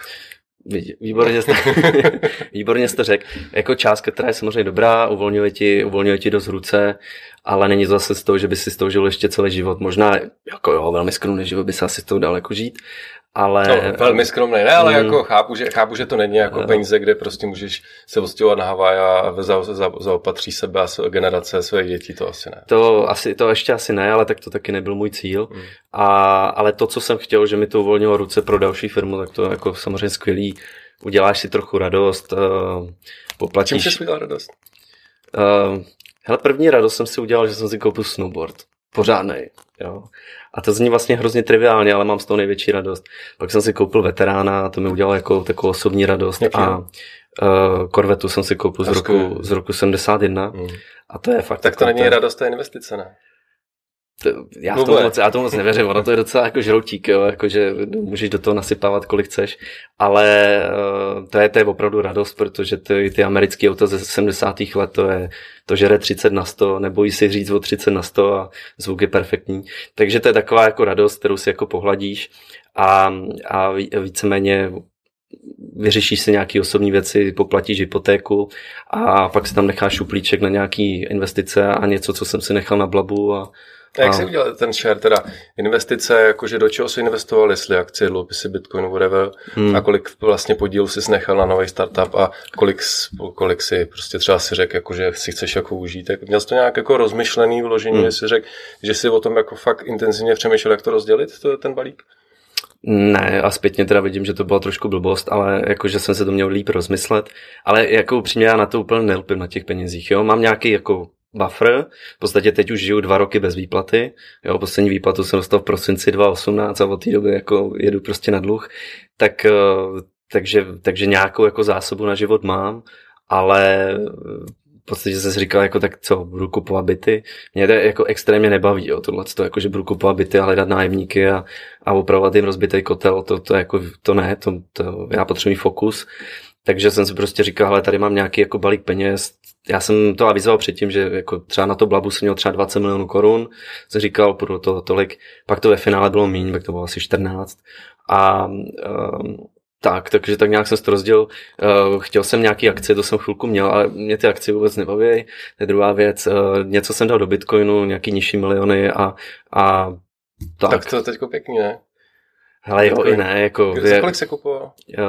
Výborně jsi to řekl. Jako částka, která je samozřejmě dobrá, uvolňuje ti dost ruce, ale není to zase z toho, že by si z toho žil ještě celý život. Možná, jako jo, velmi skromný život by se asi z toho dal jako žít, ale... No, velmi skromný, ne, ale jako chápu, že to není jako peníze, kde prostě můžeš se odstěhovat na Havaj a zaopatří sebe a generace svých dětí, to asi ne. To ještě asi ne, ale tak to taky nebyl můj cíl. Ale to, co jsem chtěl, že mi to uvolnilo ruce pro další firmu, tak to jako samozřejmě skvělý. Uděláš si trochu radost, poplatíš. Čím jsi udělal radost? Hele, první radost jsem si udělal, že jsem si koupil snowboard. pořádnej, jo. A to zní vlastně hrozně triviálně, ale mám z toho největší radost. Pak jsem si koupil veterána a to mi udělalo jako takovou osobní radost. Jaký? A Corvetu jsem si koupil z roku 71 a to je fakt... Tak to není radost, to je investice, ne? Já tomu moc nevěřím, ono to je docela jako žroutík, jo, jakože můžeš do toho nasypávat kolik chceš, ale to je opravdu radost, protože ty americké auta ze 70. let, to žere 30 na 100, nebojí si říct o 30 na 100 a zvuk je perfektní, takže to je taková jako radost, kterou si jako pohladíš a víceméně vyřešíš si nějaké osobní věci, poplatíš hypotéku a pak si tam necháš šuplíček na nějaký investice a něco, co jsem si nechal na Blabu a jak jsi udělal ten share, teda investice, jakože do čeho jsi investoval, jestli akcie, dluhopisy, Bitcoin, whatever, a kolik vlastně podílů jsi nechal na nový startup a kolik si prostě třeba si řekl, jakože si chceš jako užít. Tak měl jsi to nějak jako rozmyšlený vložení, jestli řekl, že jsi o tom jako fakt intenzivně přemýšlel, jak to rozdělit, ten balík? Ne, a zpětně teda vidím, že to byla trošku blbost, ale jakože jsem se to měl líp rozmyslet, ale jako upřímně já na to úplně nelpím na těch penězích, jo, mám nějaký jako buffer, v podstatě teď už žiju 2 roky bez výplaty, jo, poslední výplatu jsem dostal v prosinci 2018 a od té doby jako jedu prostě na dluh, takže nějakou jako zásobu na život mám, ale v podstatě jsem si říkal, jako tak co, budu kupovat byty. Mě to jako extrémně nebaví, jo, tohleto, jako že budu kupovat byty a hledat nájemníky a opravovat jim rozbitý kotel, to ne, já potřebuji fokus. Takže jsem si prostě říkal, hele, tady mám nějaký jako balík peněz. Já jsem to avizoval předtím, že jako třeba na to Blabu jsem měl třeba 20 milionů korun. Jsem říkal, půjdu to tolik. Pak to ve finále bylo míň, pak to bylo asi 14. Takže tak nějak jsem to rozdělil. Chtěl jsem nějaký akcie, to jsem chvilku měl, ale mě ty akcie vůbec nebaví. To je druhá věc. Něco jsem dal do Bitcoinu, nějaký nižší miliony a tak. Tak to je teďko pěkný, ne? Hele, jo, i ne. Jako, za kolik se kupoval?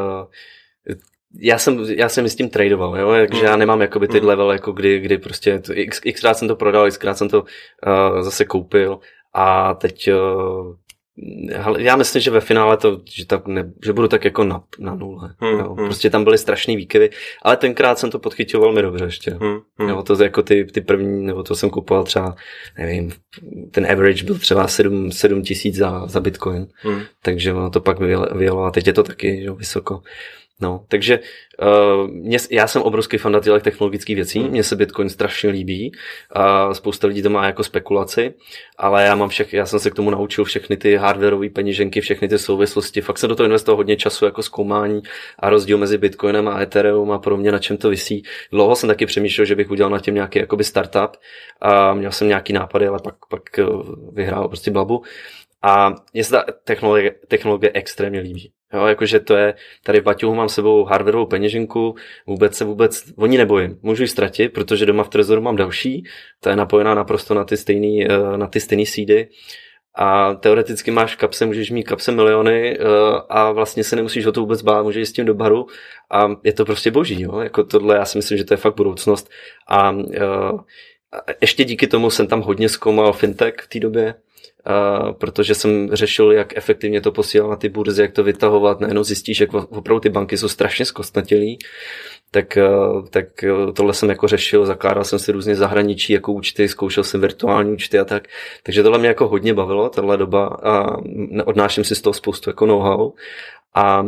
Já jsem s tím tradoval, jo, takže já nemám jakoby ty level, jako kdy prostě xkrát jsem to prodal, xkrát jsem to zase koupil a teď já myslím, že ve finále že budu tak jako na nule. Jo. Prostě tam byly strašný výkyvy, ale tenkrát jsem to podchytil velmi dobře ještě. Jo, to jako ty první, nebo to jsem kupoval třeba, nevím, ten average byl třeba 7 tisíc za Bitcoin, takže ono to pak vyjelo a teď je to taky, jo, vysoko. No, takže já jsem obrovský fan těch technologických věcí, mně se Bitcoin strašně líbí a spousta lidí to má jako spekulaci, ale já jsem se k tomu naučil všechny ty hardwareové peněženky, všechny ty souvislosti, fakt jsem do toho investoval hodně času jako zkoumání a rozdíl mezi Bitcoinem a Ethereum a podobně, na čem to visí. Dlouho jsem taky přemýšlel, že bych udělal na těm nějaký jakoby startup a měl jsem nějaký nápady, ale pak vyhrál prostě Blabu. A mně se ta technologie extrémně líbí. Jo, jakože to je, tady v baťohu mám sebou hardwareovou peněženku, vůbec o ní nebojím. Můžu ji ztratit, protože doma v trezoru mám další, ta je napojená naprosto na ty stejný seedy a teoreticky máš v kapse, můžeš mít kapse miliony a vlastně se nemusíš o to vůbec bát, můžeš jít s tím do baru a je to prostě boží, jo, jako tohle já si myslím, že to je fakt budoucnost a ještě díky tomu jsem tam hodně zkoumal fintech v té době, protože jsem řešil, jak efektivně to posílat na ty burzy, jak to vytahovat, najednou zjistíš, jak opravdu ty banky jsou strašně zkostnatělý, tak tohle jsem jako řešil, zakládal jsem si různě zahraničí jako účty, zkoušel jsem virtuální účty a tak, takže tohle mě jako hodně bavilo, tahle doba a odnáším si z toho spoustu jako know-how a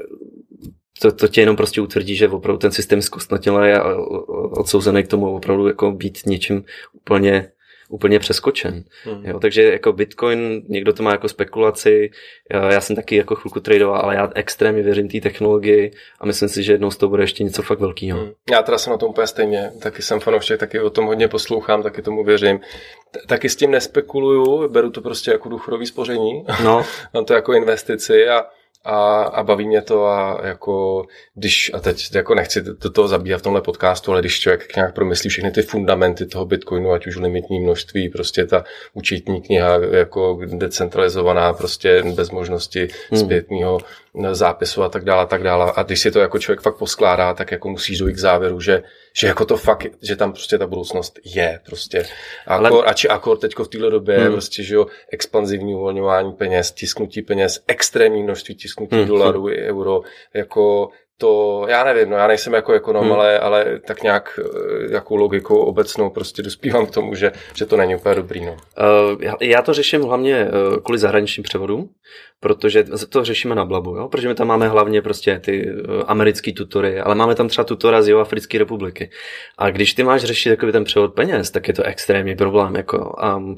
to tě jenom prostě utvrdí, že opravdu ten systém zkostnatělý a odsouzený k tomu opravdu jako být něčím úplně přeskočen. Jo, takže jako Bitcoin, někdo to má jako spekulaci, já jsem taky jako chvilku tradoval, ale já extrémně věřím té technologii a myslím si, že jednou z toho bude ještě něco fakt velkého. Já teda jsem na tom úplně stejně, taky jsem fanoušek, taky o tom hodně poslouchám, taky tomu věřím. Taky s tím nespekuluju, beru to prostě jako důchodový spoření, mám to jako investici a baví mě to a jako a teď jako nechci do toho zabíhat v tomhle podcastu, ale když člověk nějak promyslí všechny ty fundamenty toho Bitcoinu, ať už limitní množství, prostě ta účetní kniha jako decentralizovaná, prostě bez možnosti zpětného zápisu a tak dále. A když si to jako člověk fakt poskládá, tak jako musíš dojít k závěru, že jako to fakt, že tam prostě ta budoucnost je prostě. Akor teďko v téhle době prostě, že jo, expanzivní uvolňování peněz, tisknutí peněz, extrémní množství tisknutí dolarů i euro, jako to, já nevím, no já nejsem jako ekonom, ale tak nějak jakou logikou obecnou prostě dospívám k tomu, že to není úplně dobrý. No. Já to řeším hlavně kvůli zahraničním převodům, protože to řešíme na Blabu, jo? Protože my tam máme hlavně prostě ty americký tutory, ale máme tam třeba tutora z Jihoafrické republiky. A když ty máš řešit takový ten převod peněz, tak je to extrémní problém. Jako.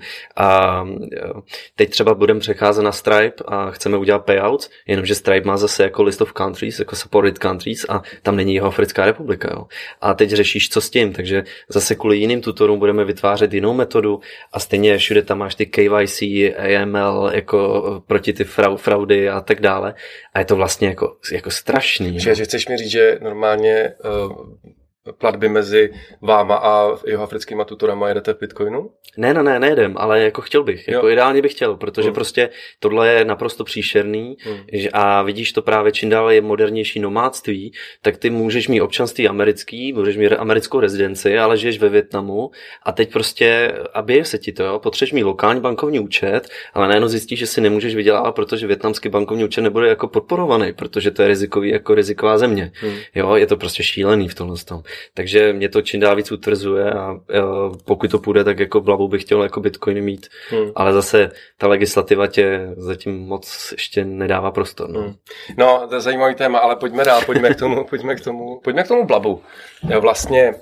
A teď třeba budeme přecházet na Stripe a chceme udělat payouts, jenomže Stripe má zase jako list of countries, jako supported countries a tam není Jihoafrická republika. Jo? A teď řešíš, co s tím, takže zase kvůli jiným tutorům budeme vytvářet jinou metodu a stejně všude tam máš ty KYC, AML, jako proti ty fraudy a tak dále. A je to vlastně jako strašný. Že chceš mi říct, že normálně platby mezi váma a jihoafrickýma tutorama jedete v Bitcoinu? Ne, nejedem, ale jako chtěl bych. Jako ideálně bych chtěl, protože prostě tohle je naprosto příšerný a vidíš to právě čím dál je modernější nomádství, tak ty můžeš mít občanství americký, můžeš mít americkou rezidenci, ale žiješ ve Vietnamu a teď prostě, a bije se ti to, jo, potřebuješ mít lokální bankovní účet, ale najednou zjistíš, že si nemůžeš vydělávat, protože vietnamský bankovní účet nebude jako podporovaný, protože to je rizikový, jako riziková země. Jo, je to prostě šílený v tomhle tom. Takže mě to čím dál víc utvrzuje a pokud to půjde, tak jako v Blabu bych chtěl jako Bitcoiny mít, ale zase ta legislativa tě zatím moc ještě nedává prostor. No, to je zajímavý téma, ale pojďme dál, pojďme k tomu Blabu. Vlastně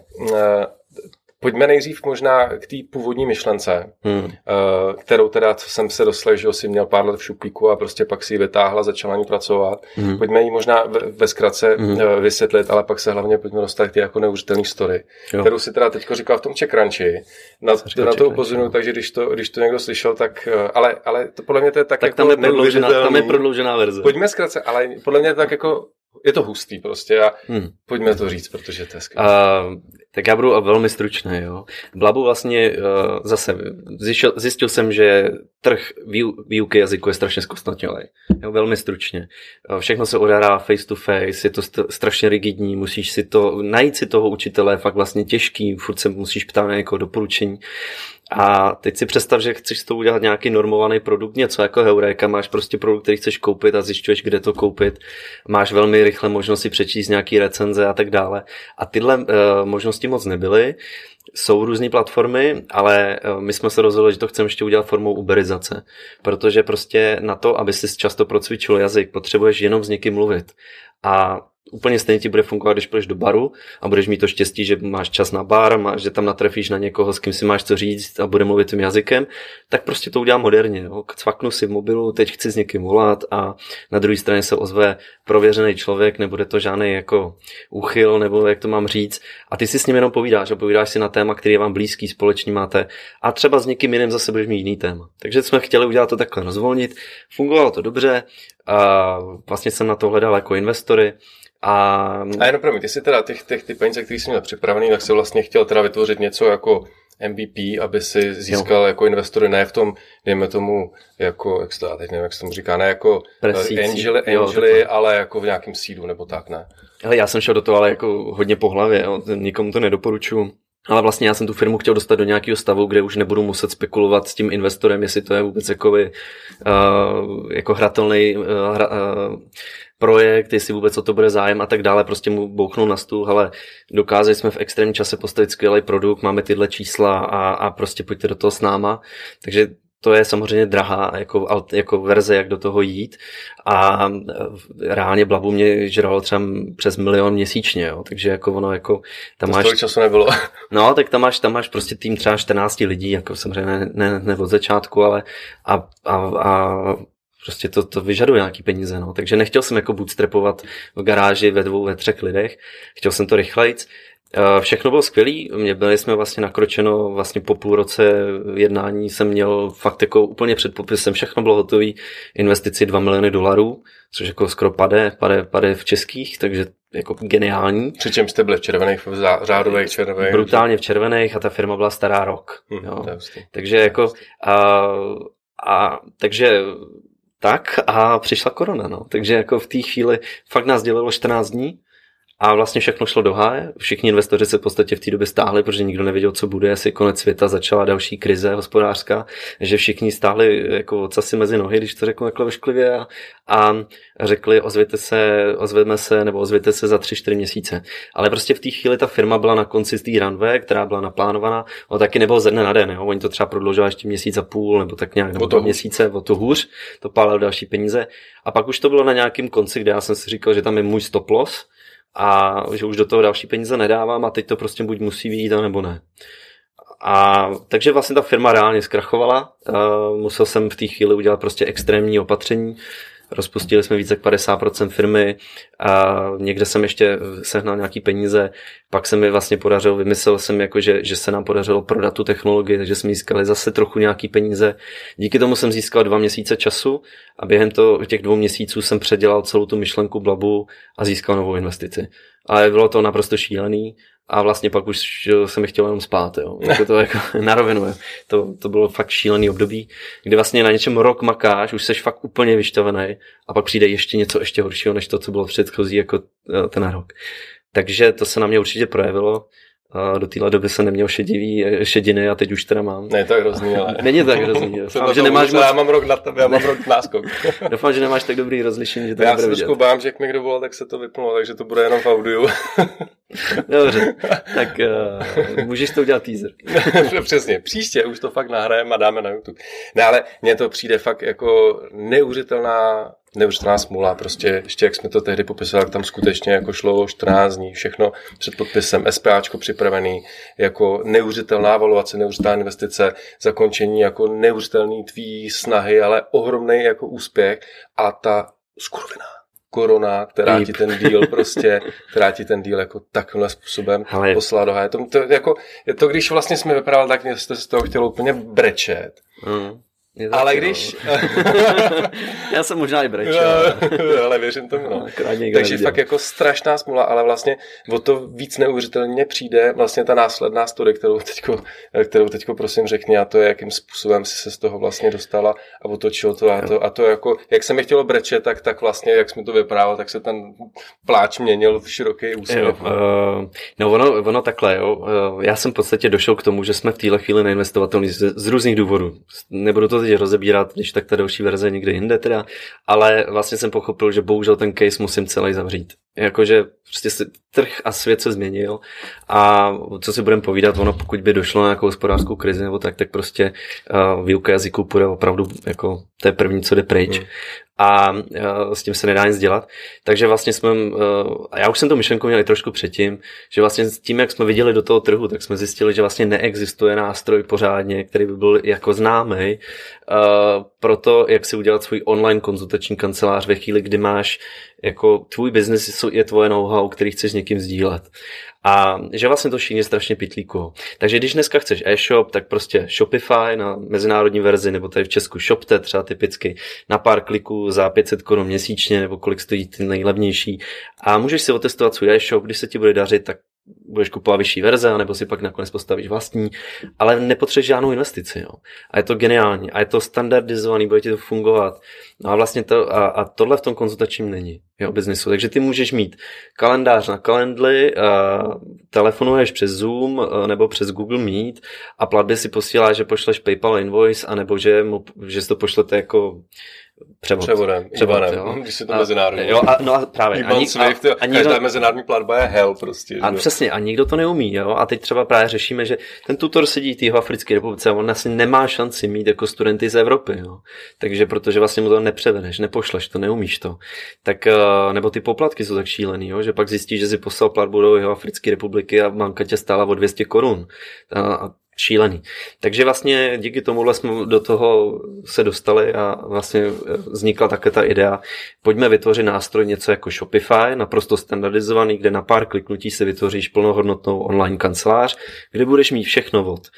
pojďme nejdřív možná k té původní myšlence, kterou teda jsem se doslech, že si měl pár let v šuplíku a prostě pak si ji vytáhla, začala na ní pracovat. Pojďme ji možná ve zkratce vysvětlit, ale pak se hlavně pojďme dostat k té jako neuvěřitelný story, kterou si teda teďko říkal v tom CheckRunchi. Na to upozorňuji, takže když to někdo slyšel, tak ale to podle mě to je tak jako tam je prodloužená verze. Pojďme zkratce, ale podle mě tak jako je to hustý prostě a pojďme to říct, protože to je skvělé. Tak já budu velmi stručný. Jo. Blabu vlastně zase zjistil jsem, že trh výuky jazyku je strašně zkostnatělej. Velmi stručně. Všechno se odehrává face to face, je to strašně rigidní, musíš najít si toho učitele, je fakt vlastně těžký, furt se musíš ptát na nějakého doporučení. A teď si představ, že chceš s tou udělat nějaký normovaný produkt, něco jako Heureka, máš prostě produkt, který chceš koupit a zjišťuješ, kde to koupit. Máš velmi rychle možnost si přečíst nějaký recenze a tak dále. A tyhle možnosti moc nebyly. Jsou různé platformy, ale my jsme se rozhodli, že to chceme ještě udělat formou uberizace. Protože prostě na to, aby si často procvičil jazyk, potřebuješ jenom s někým mluvit. A úplně stejně ti bude fungovat, když půjdeš do baru a budeš mít to štěstí, že máš čas na bar, že tam natrefíš na někoho, s kým si máš co říct a bude mluvit tím jazykem, tak prostě to udělám moderně. Jo. Cvaknu si v mobilu, teď chci s někým volat a na druhé straně se ozve prověřený člověk, nebude to žádný jako úchyl, nebo jak to mám říct. A ty si s ním jenom povídáš a povídáš si na téma, který je vám blízký, společný máte. A třeba s někým jiným zase budeš mít jiný téma. Takže jsme chtěli udělat to takhle rozvolnit. Fungovalo to dobře. A vlastně jsem na to hledal jako investory. A jenom promiň, ty si teda ty peníze, které jsi měl připravený, tak jsi vlastně chtěl teda vytvořit něco jako MVP, aby si získal jako investory, ne v tom, dejme tomu, jako, jak se to, teď nevím, jak se tomu říká, ne jako angely, ale jako v nějakém seedu, nebo tak, ne? Hele, já jsem šel do toho ale jako hodně po hlavě, jo, nikomu to nedoporučuju. Ale vlastně já jsem tu firmu chtěl dostat do nějakého stavu, kde už nebudu muset spekulovat s tím investorem, jestli to je vůbec jako hratelný projekt, jestli vůbec o to bude zájem a tak dále, prostě mu bouchnou na stůl, ale dokázali jsme v extrémním čase postavit skvělý produkt, máme tyhle čísla a prostě pojďte do toho s náma, takže to je samozřejmě drahá jako verze, jak do toho jít a reálně Blabu mě žralo třeba přes 1 milion měsíčně, jo. Takže jako ono jako tam to máš... času nebylo. No, tak tam máš prostě tým třeba 14 lidí, jako samozřejmě ne od začátku, ale a prostě to vyžaduje nějaký peníze, no. Takže nechtěl jsem jako bootstrapovat v garáži ve 2, ve 3 lidech, chtěl jsem to rychlejc. Všechno bylo skvělý, byli jsme vlastně nakročeno, vlastně po půl roce jednání jsem měl fakt jako úplně před podpisem, všechno bylo hotové, investici $2 miliony, což jako skoro pade v českých, takže jako geniální. Přičem jste byli v červených, v řádových červených. Brutálně v červených a ta firma byla stará rok. Jo. Takže jako takže tak a přišla korona, no. Takže jako v té chvíli fakt nás dělalo 14 dní A vlastně všechno šlo do háje. Všichni investoři se v podstatě v té době stáhli, protože nikdo nevěděl, co bude, jestli konec světa, začala další krize hospodářská, že všichni stáhli jako ocasy mezi nohy, když to řeknu takhle ošklivě, a řekli, ozvěte se za 3-4 měsíce. Ale prostě v té chvíli ta firma byla na konci z té runway, která byla naplánovaná, ale taky nebylo ze dne na den, jo? Oni to třeba prodloužili ještě měsíc a půl, nebo tak nějak, nebo 2 měsíce, o to hůř, to pálilo další peníze. A pak už to bylo na nějakém konci, kde já jsem si říkal, že tam je můj stop loss a že už do toho další peníze nedávám a teď to prostě buď musí vyjít, nebo ne. A takže vlastně ta firma reálně zkrachovala. Musel jsem v té chvíli udělat prostě extrémní opatření. Rozpustili jsme více jak 50% firmy a někde jsem ještě sehnal nějaký peníze, pak se mi vlastně podařilo, vymyslel jsem jako, že se nám podařilo prodat tu technologii, takže jsme získali zase trochu nějaký peníze. Díky tomu jsem získal 2 měsíce času a během těch 2 měsíců jsem předělal celou tu myšlenku Blabu a získal novou investici. Ale bylo to naprosto šílený. A vlastně pak už jsem chtěl jenom spát, jo. To jako na rovinu. To bylo fakt šílený období, kdy vlastně na něčem rok makáš, už seš fakt úplně vyšťavený a pak přijde ještě něco ještě horšího, než to, co bylo předchozí jako ten rok. Takže to se na mě určitě projevilo. Do téhle doby jsem neměl šediny a teď už teda mám. Ne, to je hrozný, ale... Není tak hrozný. Doufám, že nemáš moc... Já mám rok na tebe, já mám rok náskok. Doufám, že nemáš tak dobrý rozlišení, že to já nebude se vidět. trošku bám, že jak mi kdo volal, tak se to vypnulo, takže to bude jenom v audiu. Dobře, tak můžeš to udělat teaser. Přesně, příště už to fakt nahrajeme a dáme na YouTube. Ne, ale mně to přijde fakt jako neuvěřitelná smůla, prostě ještě jak jsme to tehdy popisovali, tak tam skutečně jako šlo 14 dní, všechno před podpisem, SPAčko připravený, jako neuvěřitelná valuace, neuvěřitelná investice, zakončení jako neuvěřitelný tvý snahy, ale ohromný jako úspěch a ta skurvená korona, která ti ten deal jako takovým způsobem poslala do háje. To, když vlastně jsme vypadali, tak jste z toho chtěli úplně brečet. Ale když... Já jsem možná i brečel. Ale věřím tomu, no. Takže fakt jako strašná smůla, ale vlastně o to víc neuvěřitelně přijde vlastně ta následná story, kterou teďko prosím řekni, a to je, jakým způsobem si se z toho vlastně dostala a otočilo to a to jako, jak se mi chtělo brečet, tak vlastně, jak jsme to vyprávěl, tak se ten pláč měnil v široký úsměv. No ono takhle, jo. Já jsem v podstatě došel k tomu, že jsme v téhle chvíli neinvestovatelní z různých důvodů. Nebudu to teď rozebírat, když tak ta další verze někde jinde teda, ale vlastně jsem pochopil, že bohužel ten case musím celý zavřít. Jakože prostě trh a svět se změnil a co si budeme povídat, ono pokud by došlo na nějakou hospodářskou krizi nebo tak prostě výuka jazyků půjde opravdu jako to je první, co jde pryč. A s tím se nedá nic dělat. Takže vlastně já už jsem to myšlenku měl i trošku předtím, že vlastně s tím, jak jsme viděli do toho trhu, tak jsme zjistili, že vlastně neexistuje nástroj pořádně, který by byl jako známý pro to, jak si udělat svůj online konzultační kancelář ve chvíli, kdy máš jako tvůj biznis je tvoje know-how, který chceš s někým sdílet. A že vlastně to všichni strašně pitlíkují. Takže když dneska chceš e-shop, tak prostě Shopify na mezinárodní verzi, nebo tady v Česku ShopTet třeba typicky na pár kliků za 500 Kč měsíčně, nebo kolik stojí ty nejlevnější. A můžeš si otestovat svůj e-shop, když se ti bude dařit, tak budeš kupovat vyšší verze, nebo si pak nakonec postavíš vlastní, ale nepotřebuješ žádnou investici. Jo. A je to geniální. A je to standardizovaný, bude ti to fungovat. No a vlastně tohle v tom konzultačním není, jo, biznisu. Takže ty můžeš mít kalendář na Calendly, telefonuješ přes Zoom nebo přes Google Meet a platby si posíláš, že pošleš PayPal invoice, anebo že si to pošlete jako Převodem, když si to mezinárodní. Jo, a právě. Každá mezinárodní platba je hell prostě. A přesně, a nikdo to neumí, jo. A teď třeba právě řešíme, že ten tutor sedí v Jihoafrické republice a on asi nemá šanci mít jako studenty z Evropy, jo. Takže protože vlastně mu to nepřevedeš, nepošleš to, neumíš to. Tak, nebo ty poplatky jsou tak šílený, jo, že pak zjistíš, že si poslal platbu do Jihoafrické republiky a banka tě stála o 200 Kč. A šílený. Takže vlastně díky tomuhle jsme do toho se dostali a vlastně vznikla také ta idea. Pojďme vytvořit nástroj něco jako Shopify, naprosto standardizovaný, kde na pár kliknutí si vytvoříš plnohodnotnou online kancelář, kde budeš mít všechno od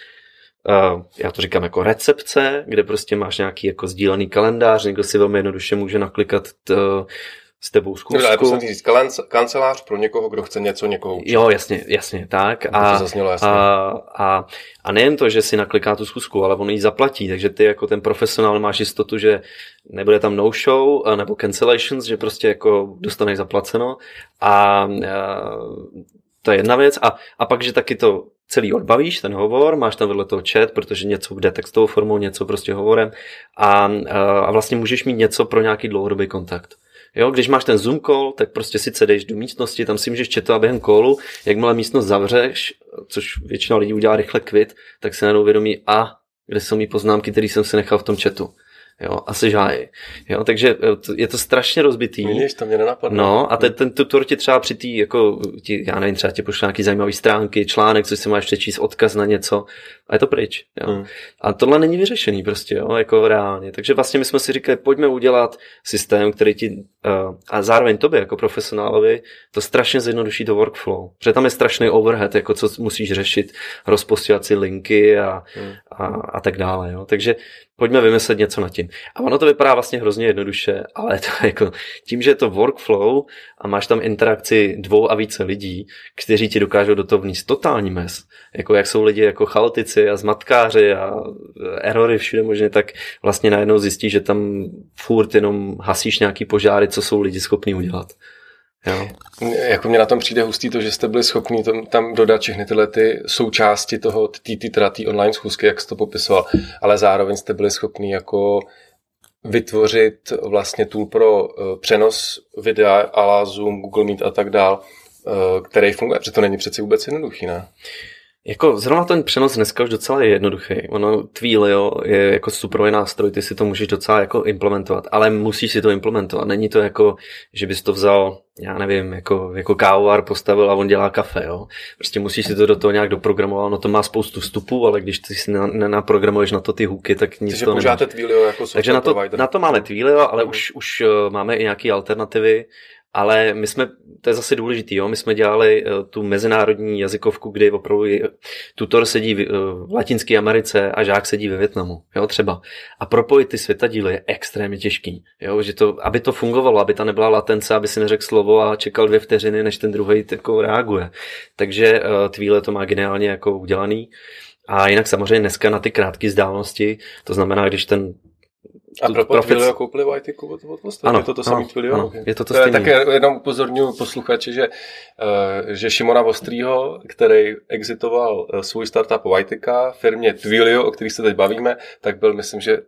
já to říkám jako recepce, kde prostě máš nějaký jako sdílený kalendář, někdo si velmi jednoduše může naklikat s tebou schůzku. No, ale poslední říct, kancelář pro někoho, kdo chce někoho učit. Jo, jasně, tak. To zaznělo jasně. A nejen to, že si nakliká tu schůzku, ale on ji zaplatí, takže ty jako ten profesionál máš jistotu, že nebude tam no show nebo cancellations, že prostě jako dostaneš zaplaceno a to je jedna věc a pak, že taky to celý odbavíš, ten hovor, máš tam vedle toho chat, protože něco bude textovou formou, něco prostě hovorem a vlastně můžeš mít něco pro nějaký dlouhodobý kontakt. Jo, když máš ten Zoom call, tak prostě sice jdeš do místnosti, tam si můžeš chatovat během callu, jakmile místnost zavřeš, což většina lidí udělá rychle quit, tak se najednou vědomí, kde jsou mý poznámky, které jsem si nechal v tom chatu. Jo, asi žájí. Jo, takže je to strašně rozbitý. Víš, to mě nenapadlo. No, a ten tutor ti třeba při tý, jako, já nevím, třeba ti pošle nějaký zajímavý stránky, článek, co si máš přečíst, odkaz na něco a je to pryč. Jo. A tohle není vyřešený prostě, jo, jako reálně. Takže vlastně my jsme si říkali, pojďme udělat systém, který ti a zároveň tobě jako profesionálovi to strašně zjednoduší to workflow. Protože tam je strašný overhead, jako co musíš řešit, rozposílat si linky a tak dále. Jo. Takže pojďme vymyslet něco nad tím. A ono to vypadá vlastně hrozně jednoduše, ale to jako tím, že je to workflow a máš tam interakci 2 a více lidí, kteří ti dokážou do toho vníst totální mes, jako jak jsou lidi jako chaotici a zmatkáři a erory všude možně, tak vlastně najednou zjistíš, že tam furt jenom hasíš nějaký požáry, co jsou lidi schopní udělat. Jo. Jako mě na tom přijde hustý to, že jste byli schopni tam dodat všechny tyhle ty součásti toho, té online schůzky, jak jsi to popisoval, ale zároveň jste byli schopni jako vytvořit vlastně tool pro přenos videa a la Zoom, Google Meet a tak dál, který funguje, protože to není přeci vůbec jednoduchý, ne? Jako zrovna ten přenos dneska už docela je jednoduchý. Ono Twilio je jako superový nástroj, ty si to můžeš docela jako implementovat, ale musíš si to implementovat. Není to jako, že bys to vzal, já nevím, jako kávovar postavil a on dělá kafe, jo. Prostě musíš si to do toho nějak doprogramovat, no to má spoustu vstupů, ale když ty si nenaprogramuješ na to ty hooky, tak nic to nemáš. Takže Twilio jako takže na to máme Twilio, ale už máme i nějaké alternativy. Ale to je zase důležitý, jo? My jsme dělali tu mezinárodní jazykovku, kdy opravdu tutor sedí v Latinské Americe a žák sedí ve Vietnamu, jo, třeba. A propojit ty světadíly je extrémně těžký, jo, že aby to fungovalo, aby ta nebyla latence, aby si neřekl slovo a čekal 2 vteřiny, než ten druhý jako reaguje. Takže Twile to má geniálně jako udělaný. A jinak samozřejmě dneska na ty krátké vzdálenosti, to znamená, když ten a propos Twilio koupili Whiteyku od Vostok. Ano, je to samý Twilio? Ano, je to stejný. Tak jenom upozorňuji posluchače, že Šimona Vostrýho, který exitoval svůj startup Whiteyka, firmě Twilio, o kterých se teď bavíme, tak byl, myslím, že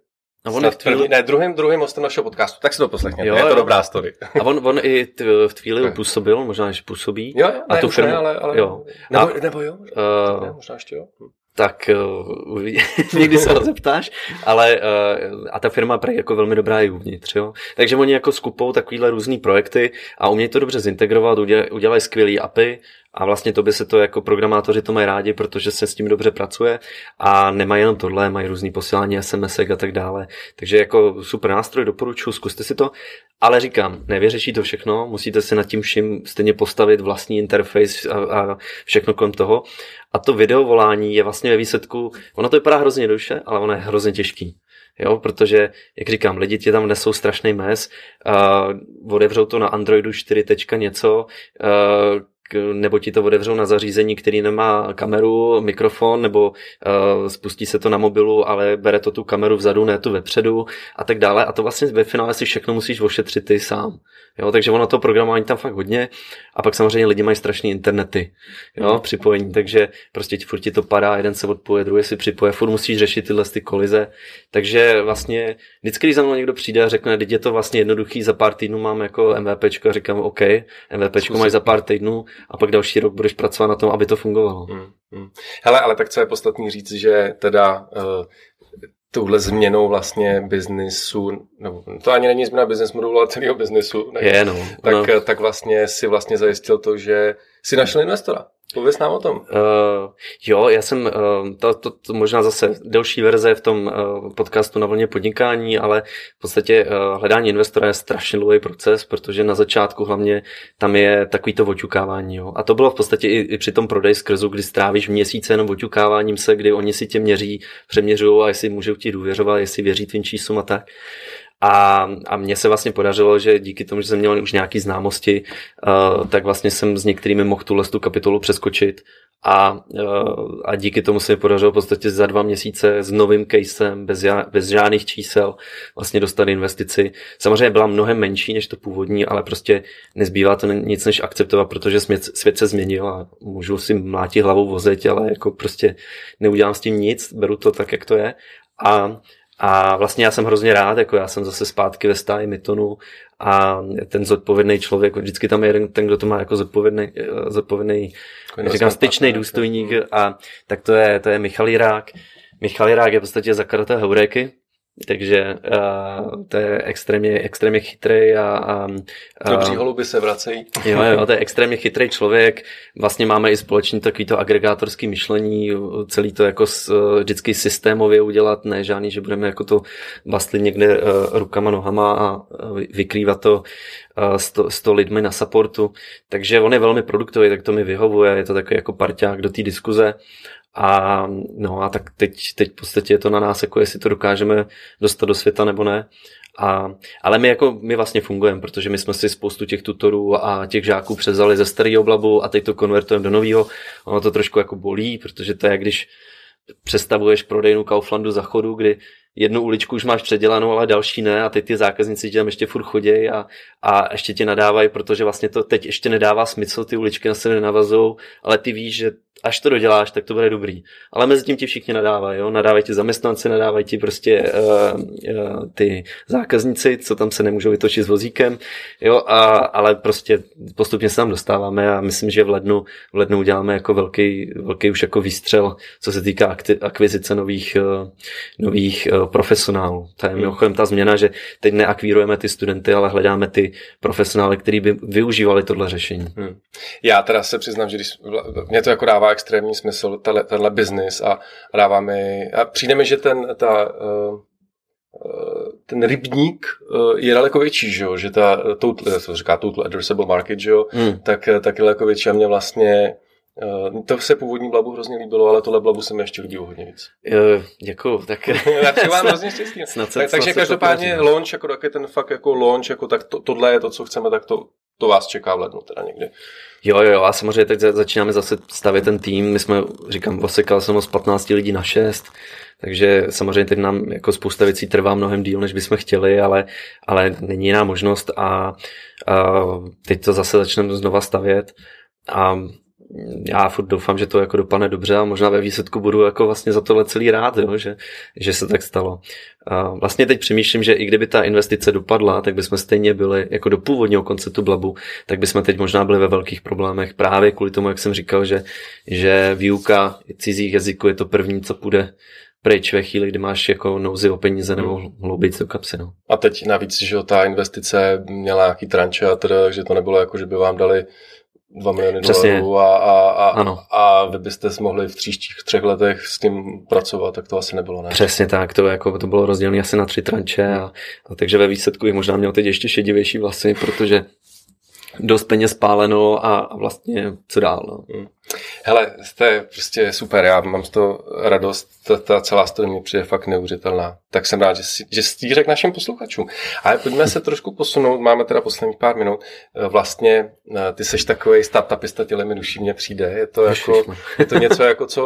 druhým hostem našeho podcastu. Tak si to poslechněte, je to dobrá story. A on i v Twilio působil, možná než působí. Jo, a tu firmu, ale jo. Nebo jo? Možná ještě jo. Tak někdy se ho zeptáš, ale a ta firma je jako velmi dobrá i uvnitř, jo. Takže oni jako skupou takovýhle různý projekty a umějí to dobře zintegrovat, udělají skvělý API a vlastně to by se to jako programátoři to mají rádi, protože se s tím dobře pracuje a nemají jenom tohle, mají různý posílání SMSek a tak dále. Takže jako super nástroj, doporučuji, zkuste si to. Ale říkám, nevyřeší to všechno, musíte si nad tím vším stejně postavit vlastní interface a všechno kolem toho. A to videovolání je vlastně ve výsledku, ono to vypadá hrozně jednoduše, ale ono je hrozně těžký. Jo, protože, jak říkám, lidi ti tam nesou strašný mes, odevřou to na Androidu 4. něco, nebo ti to otevřou na zařízení, který nemá kameru, mikrofon, nebo spustí se to na mobilu, ale bere to tu kameru vzadu, ne tu vepředu a tak dále. A to vlastně ve finále si všechno musíš ošetřit ty sám. Jo, takže ono to programování tam fakt hodně. A pak samozřejmě lidi mají strašný internety, jo, připojení, takže prostě furt ti to padá, jeden se odpoje, druhý si připoje, furt musíš řešit tyhle ty kolize. Takže vlastně vždycky, když za mnou někdo přijde a řekne, teď je to vlastně jednoduchý, za pár týdnů mám jako MVPčko a říkám, OK, MVPčko máš za pár týdnů a pak další rok budeš pracovat na tom, aby to fungovalo. Hele, ale tak co je podstatný říct, že teda touhle změnou vlastně biznisu, no, to ani není změna business modelu, ale celého biznisu, tak vlastně si vlastně zajistil to, že si našel investora. Pověz nám o tom. Jo, já jsem, to možná zase delší verze v tom podcastu Na vlně podnikání, ale v podstatě hledání investora je strašně dlouhý proces, protože na začátku hlavně tam je takový to oťukávání. Jo. A to bylo v podstatě i při tom prodeji skrzu, kdy strávíš měsíce jenom oťukáváním se, kdy oni si tě měří, přeměřují a jestli můžou ti důvěřovat, jestli věří tvým číslům a tak. A mně se vlastně podařilo, že díky tomu, že jsem měl už nějaký známosti, tak vlastně jsem s některými mohl tu kapitolu přeskočit a díky tomu se mi podařilo v podstatě za 2 měsíce s novým casem, bez žádných čísel vlastně dostat investici. Samozřejmě byla mnohem menší než to původní, ale prostě nezbývá to nic než akceptovat, protože svět se změnil a můžu si mlátit hlavou o zeď, ale jako prostě neudělám s tím nic, beru to tak, jak to je. A vlastně já jsem hrozně rád, jako já jsem zase zpátky ve stáji Mytonu a ten zodpovědný člověk, vždycky tam je jeden, ten, kdo to má jako zodpovědný říkám, styčný důstojník, a tak to je Michal Jirák. Michal Jirák je v podstatě zakladatel Heuréky, takže to je extrémně chytrý a dobří holuby se vracejí. Jo, to je extrémně chytrý člověk. Vlastně máme i společný takovýto agregátorský myšlení, celý to jako vždycky systémově udělat, ne žádný, že budeme jako to bastlit někde rukama, nohama a vykrývat to 100 lidmi na supportu. Takže on je velmi produktový, tak to mi vyhovuje, je to takový jako parťák do té diskuze. A tak teď v podstatě je to na nás, jako jestli to dokážeme dostat do světa nebo ne. Ale my vlastně fungujeme, protože my jsme si spoustu těch tutorů a těch žáků převzali ze starého blabu a teď to konvertujeme do nového. Ono to trošku jako bolí, protože to je, když přestavuješ prodejnu Kauflandu za chodu, kdy jednu uličku už máš předělanou, ale další ne, a teď ty zákazníci ti tam ještě furt chodějí a ještě ti nadávají, protože vlastně to teď ještě nedává smysl, ty uličky na sebe nenavazujou, ale ty víš, že až to doděláš, tak to bude dobrý. Ale mezi tím ti všichni nadávají, jo? Nadávají ti zaměstnanci, nadávají ti prostě ty zákazníci, co tam se nemůžou vytočit s vozíkem, jo? Ale prostě postupně se tam dostáváme a myslím, že v lednu uděláme jako velký už jako výstřel, co se týká akvizice nových profesionálů. To je mimochodem ta změna, že teď neakvírujeme ty studenty, ale hledáme ty profesionály, kteří by využívali tohle řešení. Já teda se přiznám, že mě to jako dává extrémní smysl, tenhle biznis a přijde mi, že ten rybník je daleko větší, že to říká total addressable market, tak je daleko větší a mě vlastně to se původní blabu hrozně líbilo, ale tohle blabu se mi ještě líbilo hodně víc. Děkuju, tak já přeji vám hrozně štěstí. Takže každopádně launch, jako taky ten fakt jako launch, jako tak tohle je to, co chceme, tak to vás čeká v lednu teda někdy. Jo, a samozřejmě teď začínáme zase stavět ten tým, my jsme, osekal jsem ho z 15 lidí na 6, takže samozřejmě teď nám jako spousta věcí trvá mnohem díl, než bychom chtěli, ale není jiná možnost a teď to zase začneme znova stavět a já furt doufám, že to jako dopadne dobře a možná ve výsledku budu jako vlastně za tohle celý rád, jo, že se tak stalo. Vlastně teď přemýšlím, že i kdyby ta investice dopadla, tak bychom stejně byli jako do původního konceptu blabu, tak bychom teď možná byli ve velkých problémech právě kvůli tomu, jak jsem říkal, že výuka cizích jazyků je to první, co půjde pryč ve chvíli, kdy máš jako nouzi o peníze nebo hloubit do kapsy. No. A teď navíc, že ta investice měla nějaký tranče a teda, takže to nebylo jako, že by vám dali 2 miliony dolarů a vy byste mohli v příštích 3 letech s tím pracovat, tak to asi nebylo, ne? Přesně tak, to bylo rozdělené asi na 3 tranče a takže ve výsledku bych možná měl teď ještě šedivější vlasy, protože dost peněz spáleno a vlastně co dál. No. Hele, jste prostě super, já mám z toho radost, ta celá story mě přijde fakt neuvěřitelná. Tak jsem rád, že jsi ji řekl našim posluchačům. Ale pojďme se trošku posunout, máme teda posledních pár minut. Vlastně ty seš takovej startupista, těle mi duší mně přijde. Je to něco jako co...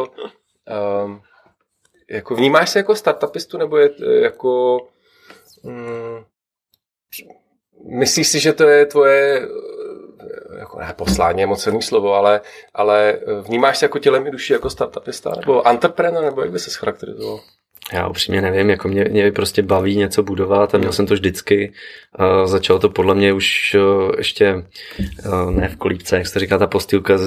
jako vnímáš se jako startupistu, nebo je jako... myslíš si, že to je tvoje... jako ne, poslání je moc silný slovo, ale vnímáš se jako tělem i duší jako startupista nebo entrepreneur, nebo jak by se charakterizoval? Já upřímně nevím, jako mě prostě baví něco budovat a měl jsem to vždycky. Začalo to podle mě už ještě ne v kolípce, jak se říká ta postýlka,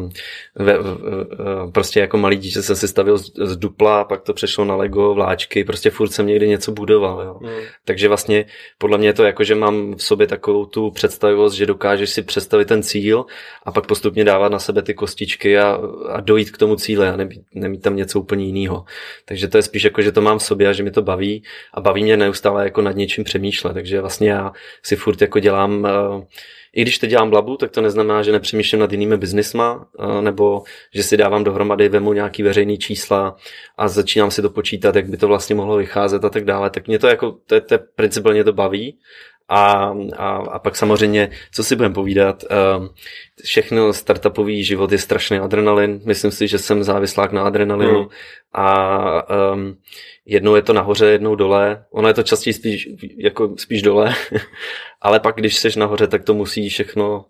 prostě jako malý dítě jsem si stavil z dupla, pak to přešlo na Lego, vláčky, prostě furt jsem někdy něco budoval. Jo. Takže vlastně podle mě je to jako, že mám v sobě takovou tu představivost, že dokážeš si představit ten cíl a pak postupně dávat na sebe ty kostičky a dojít k tomu cíle a nemít tam něco úplně jiného. Takže to je spíš jako, že to mám v sobě a že mi to baví a baví mě neustále jako nad něčím přemýšlet, takže vlastně já si furt jako dělám, i když teď dělám Blabu, tak to neznamená, že nepřemýšlím nad jinými biznisma, nebo že si dávám dohromady, vemu nějaký veřejný čísla a začínám si to počítat, jak by to vlastně mohlo vycházet a tak dále, tak mě to jako, to principálně to baví. A pak samozřejmě, co si budeme povídat, všechno startupový život je strašný adrenalin, myslím si, že jsem závislák na adrenalinu a jednou je to nahoře, jednou dole, ono je to častěji spíš dole, ale pak když seš nahoře, tak to musí všechno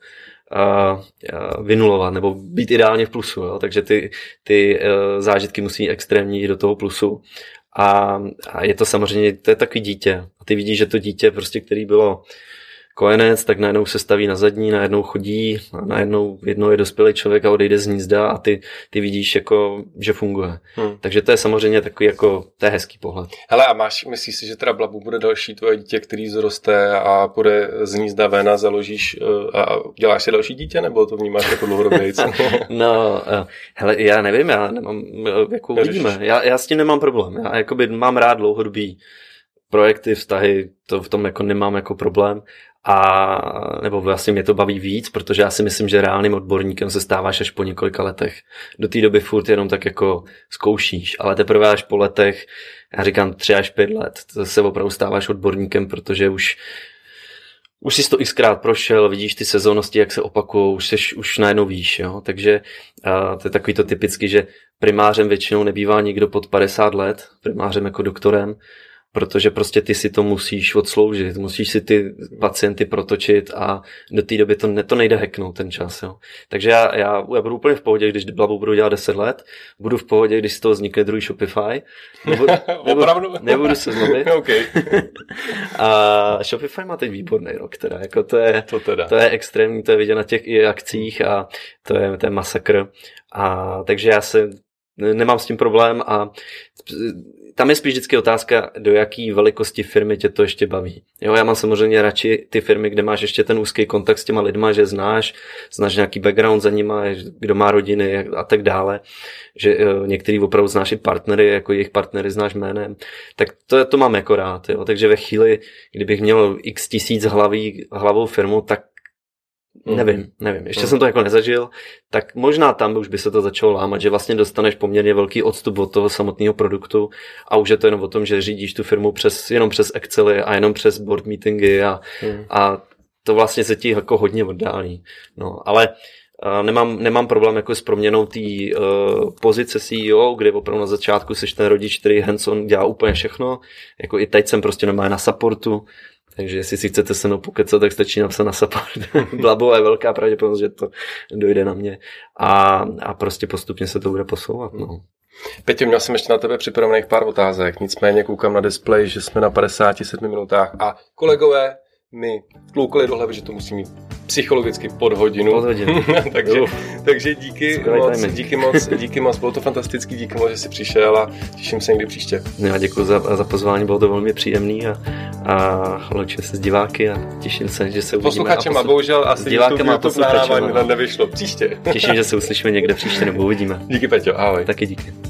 vynulovat nebo být ideálně v plusu, jo? Takže ty zážitky musí extrémně jít do toho plusu. A je to samozřejmě, to je takový dítě. A ty vidíš, že to dítě, prostě, který bylo kojenec, tak najednou se staví na zadní, najednou chodí, a najednou je dospělý člověk a odejde z hnízda a ty vidíš, jako, že funguje. Takže to je samozřejmě takový, jako, to je hezký pohled. Hele, a myslíš si, že teda Blabu bude další tvoje dítě, který zroste a půjde z hnízda ven a založíš a děláš si další dítě, nebo to vnímáš jako dlouhodobějc? No, hele, já nevím, já nemám, jako uvidíme. Já s tím nemám problém. Já jakoby mám rád dlouhodobý projekty, vztahy, to v tom jako nemám jako problém. A nebo vlastně mě to baví víc, protože já si myslím, že reálným odborníkem se stáváš až po několika letech. Do té doby furt jenom tak jako zkoušíš, ale teprve až po letech, já říkám 3 až 5 let, to se opravdu stáváš odborníkem, protože už jsi to xkrát prošel, vidíš ty sezónnosti, jak se opakujou, už najednou víš, jo. Takže to je takový to typicky, že primářem většinou nebývá nikdo pod 50 let, primářem jako doktorem, protože prostě ty si to musíš odsloužit, musíš si ty pacienty protočit a do té doby to nejde hacknout ten čas. Jo. Takže já budu úplně v pohodě, když Blabu budu dělat 10 let, budu v pohodě, když z toho vznikne druhý Shopify. Nebudu se zlobit. Okay. A Shopify má teď výborný rok, teda. Jako to je extrémní, to je vidět na těch i akcích a to je masakr. A takže já se nemám s tím problém a tam je spíš vždycky otázka, do jaký velikosti firmy tě to ještě baví. Jo, já mám samozřejmě radši ty firmy, kde máš ještě ten úzký kontakt s těma lidma, že znáš nějaký background za nima, kdo má rodiny a tak dále, že některý opravdu znáš i partnery, jako jejich partnery znáš jménem, tak to mám jako rád. Jo. Takže ve chvíli, kdybych měl x tisíc hlavou firmu, tak nevím, ještě jsem to jako nezažil, tak možná tam už by se to začalo lámat, že vlastně dostaneš poměrně velký odstup od toho samotného produktu a už je to jenom o tom, že řídíš tu firmu jenom přes Excely a jenom přes board meetingy a to vlastně se ti jako hodně oddálí. No, ale nemám problém jako s proměnou té pozice CEO, kde opravdu na začátku seš ten rodič, který hands-on dělá úplně všechno, jako i teď jsem prostě normálně na supportu. Takže jestli si chcete se mnou pokecat, tak stačí napsat na support. Blabu je velká pravděpodobnost, že to dojde na mě. A prostě postupně se to bude posouvat. No. Peti, měl jsem ještě na tebe připravených pár otázek, nicméně koukám na displej, že jsme na 57 minutách a kolegové mi tloukali do hlavy, že to musí mít psychologicky pod hodinu. takže díky moc, bylo to fantastický, díky moc, že jsi přišel a těším se někdy příště. Já děkuji za pozvání, bylo to velmi příjemný a loučím se s diváky a těším se, že se uvidíme. Posluchačem a bohužel asi YouTube nahrávání nevyšlo příště. Těším, že se uslyšíme někde příště nebo uvidíme. Díky, Peťo, ahoj. Taky díky.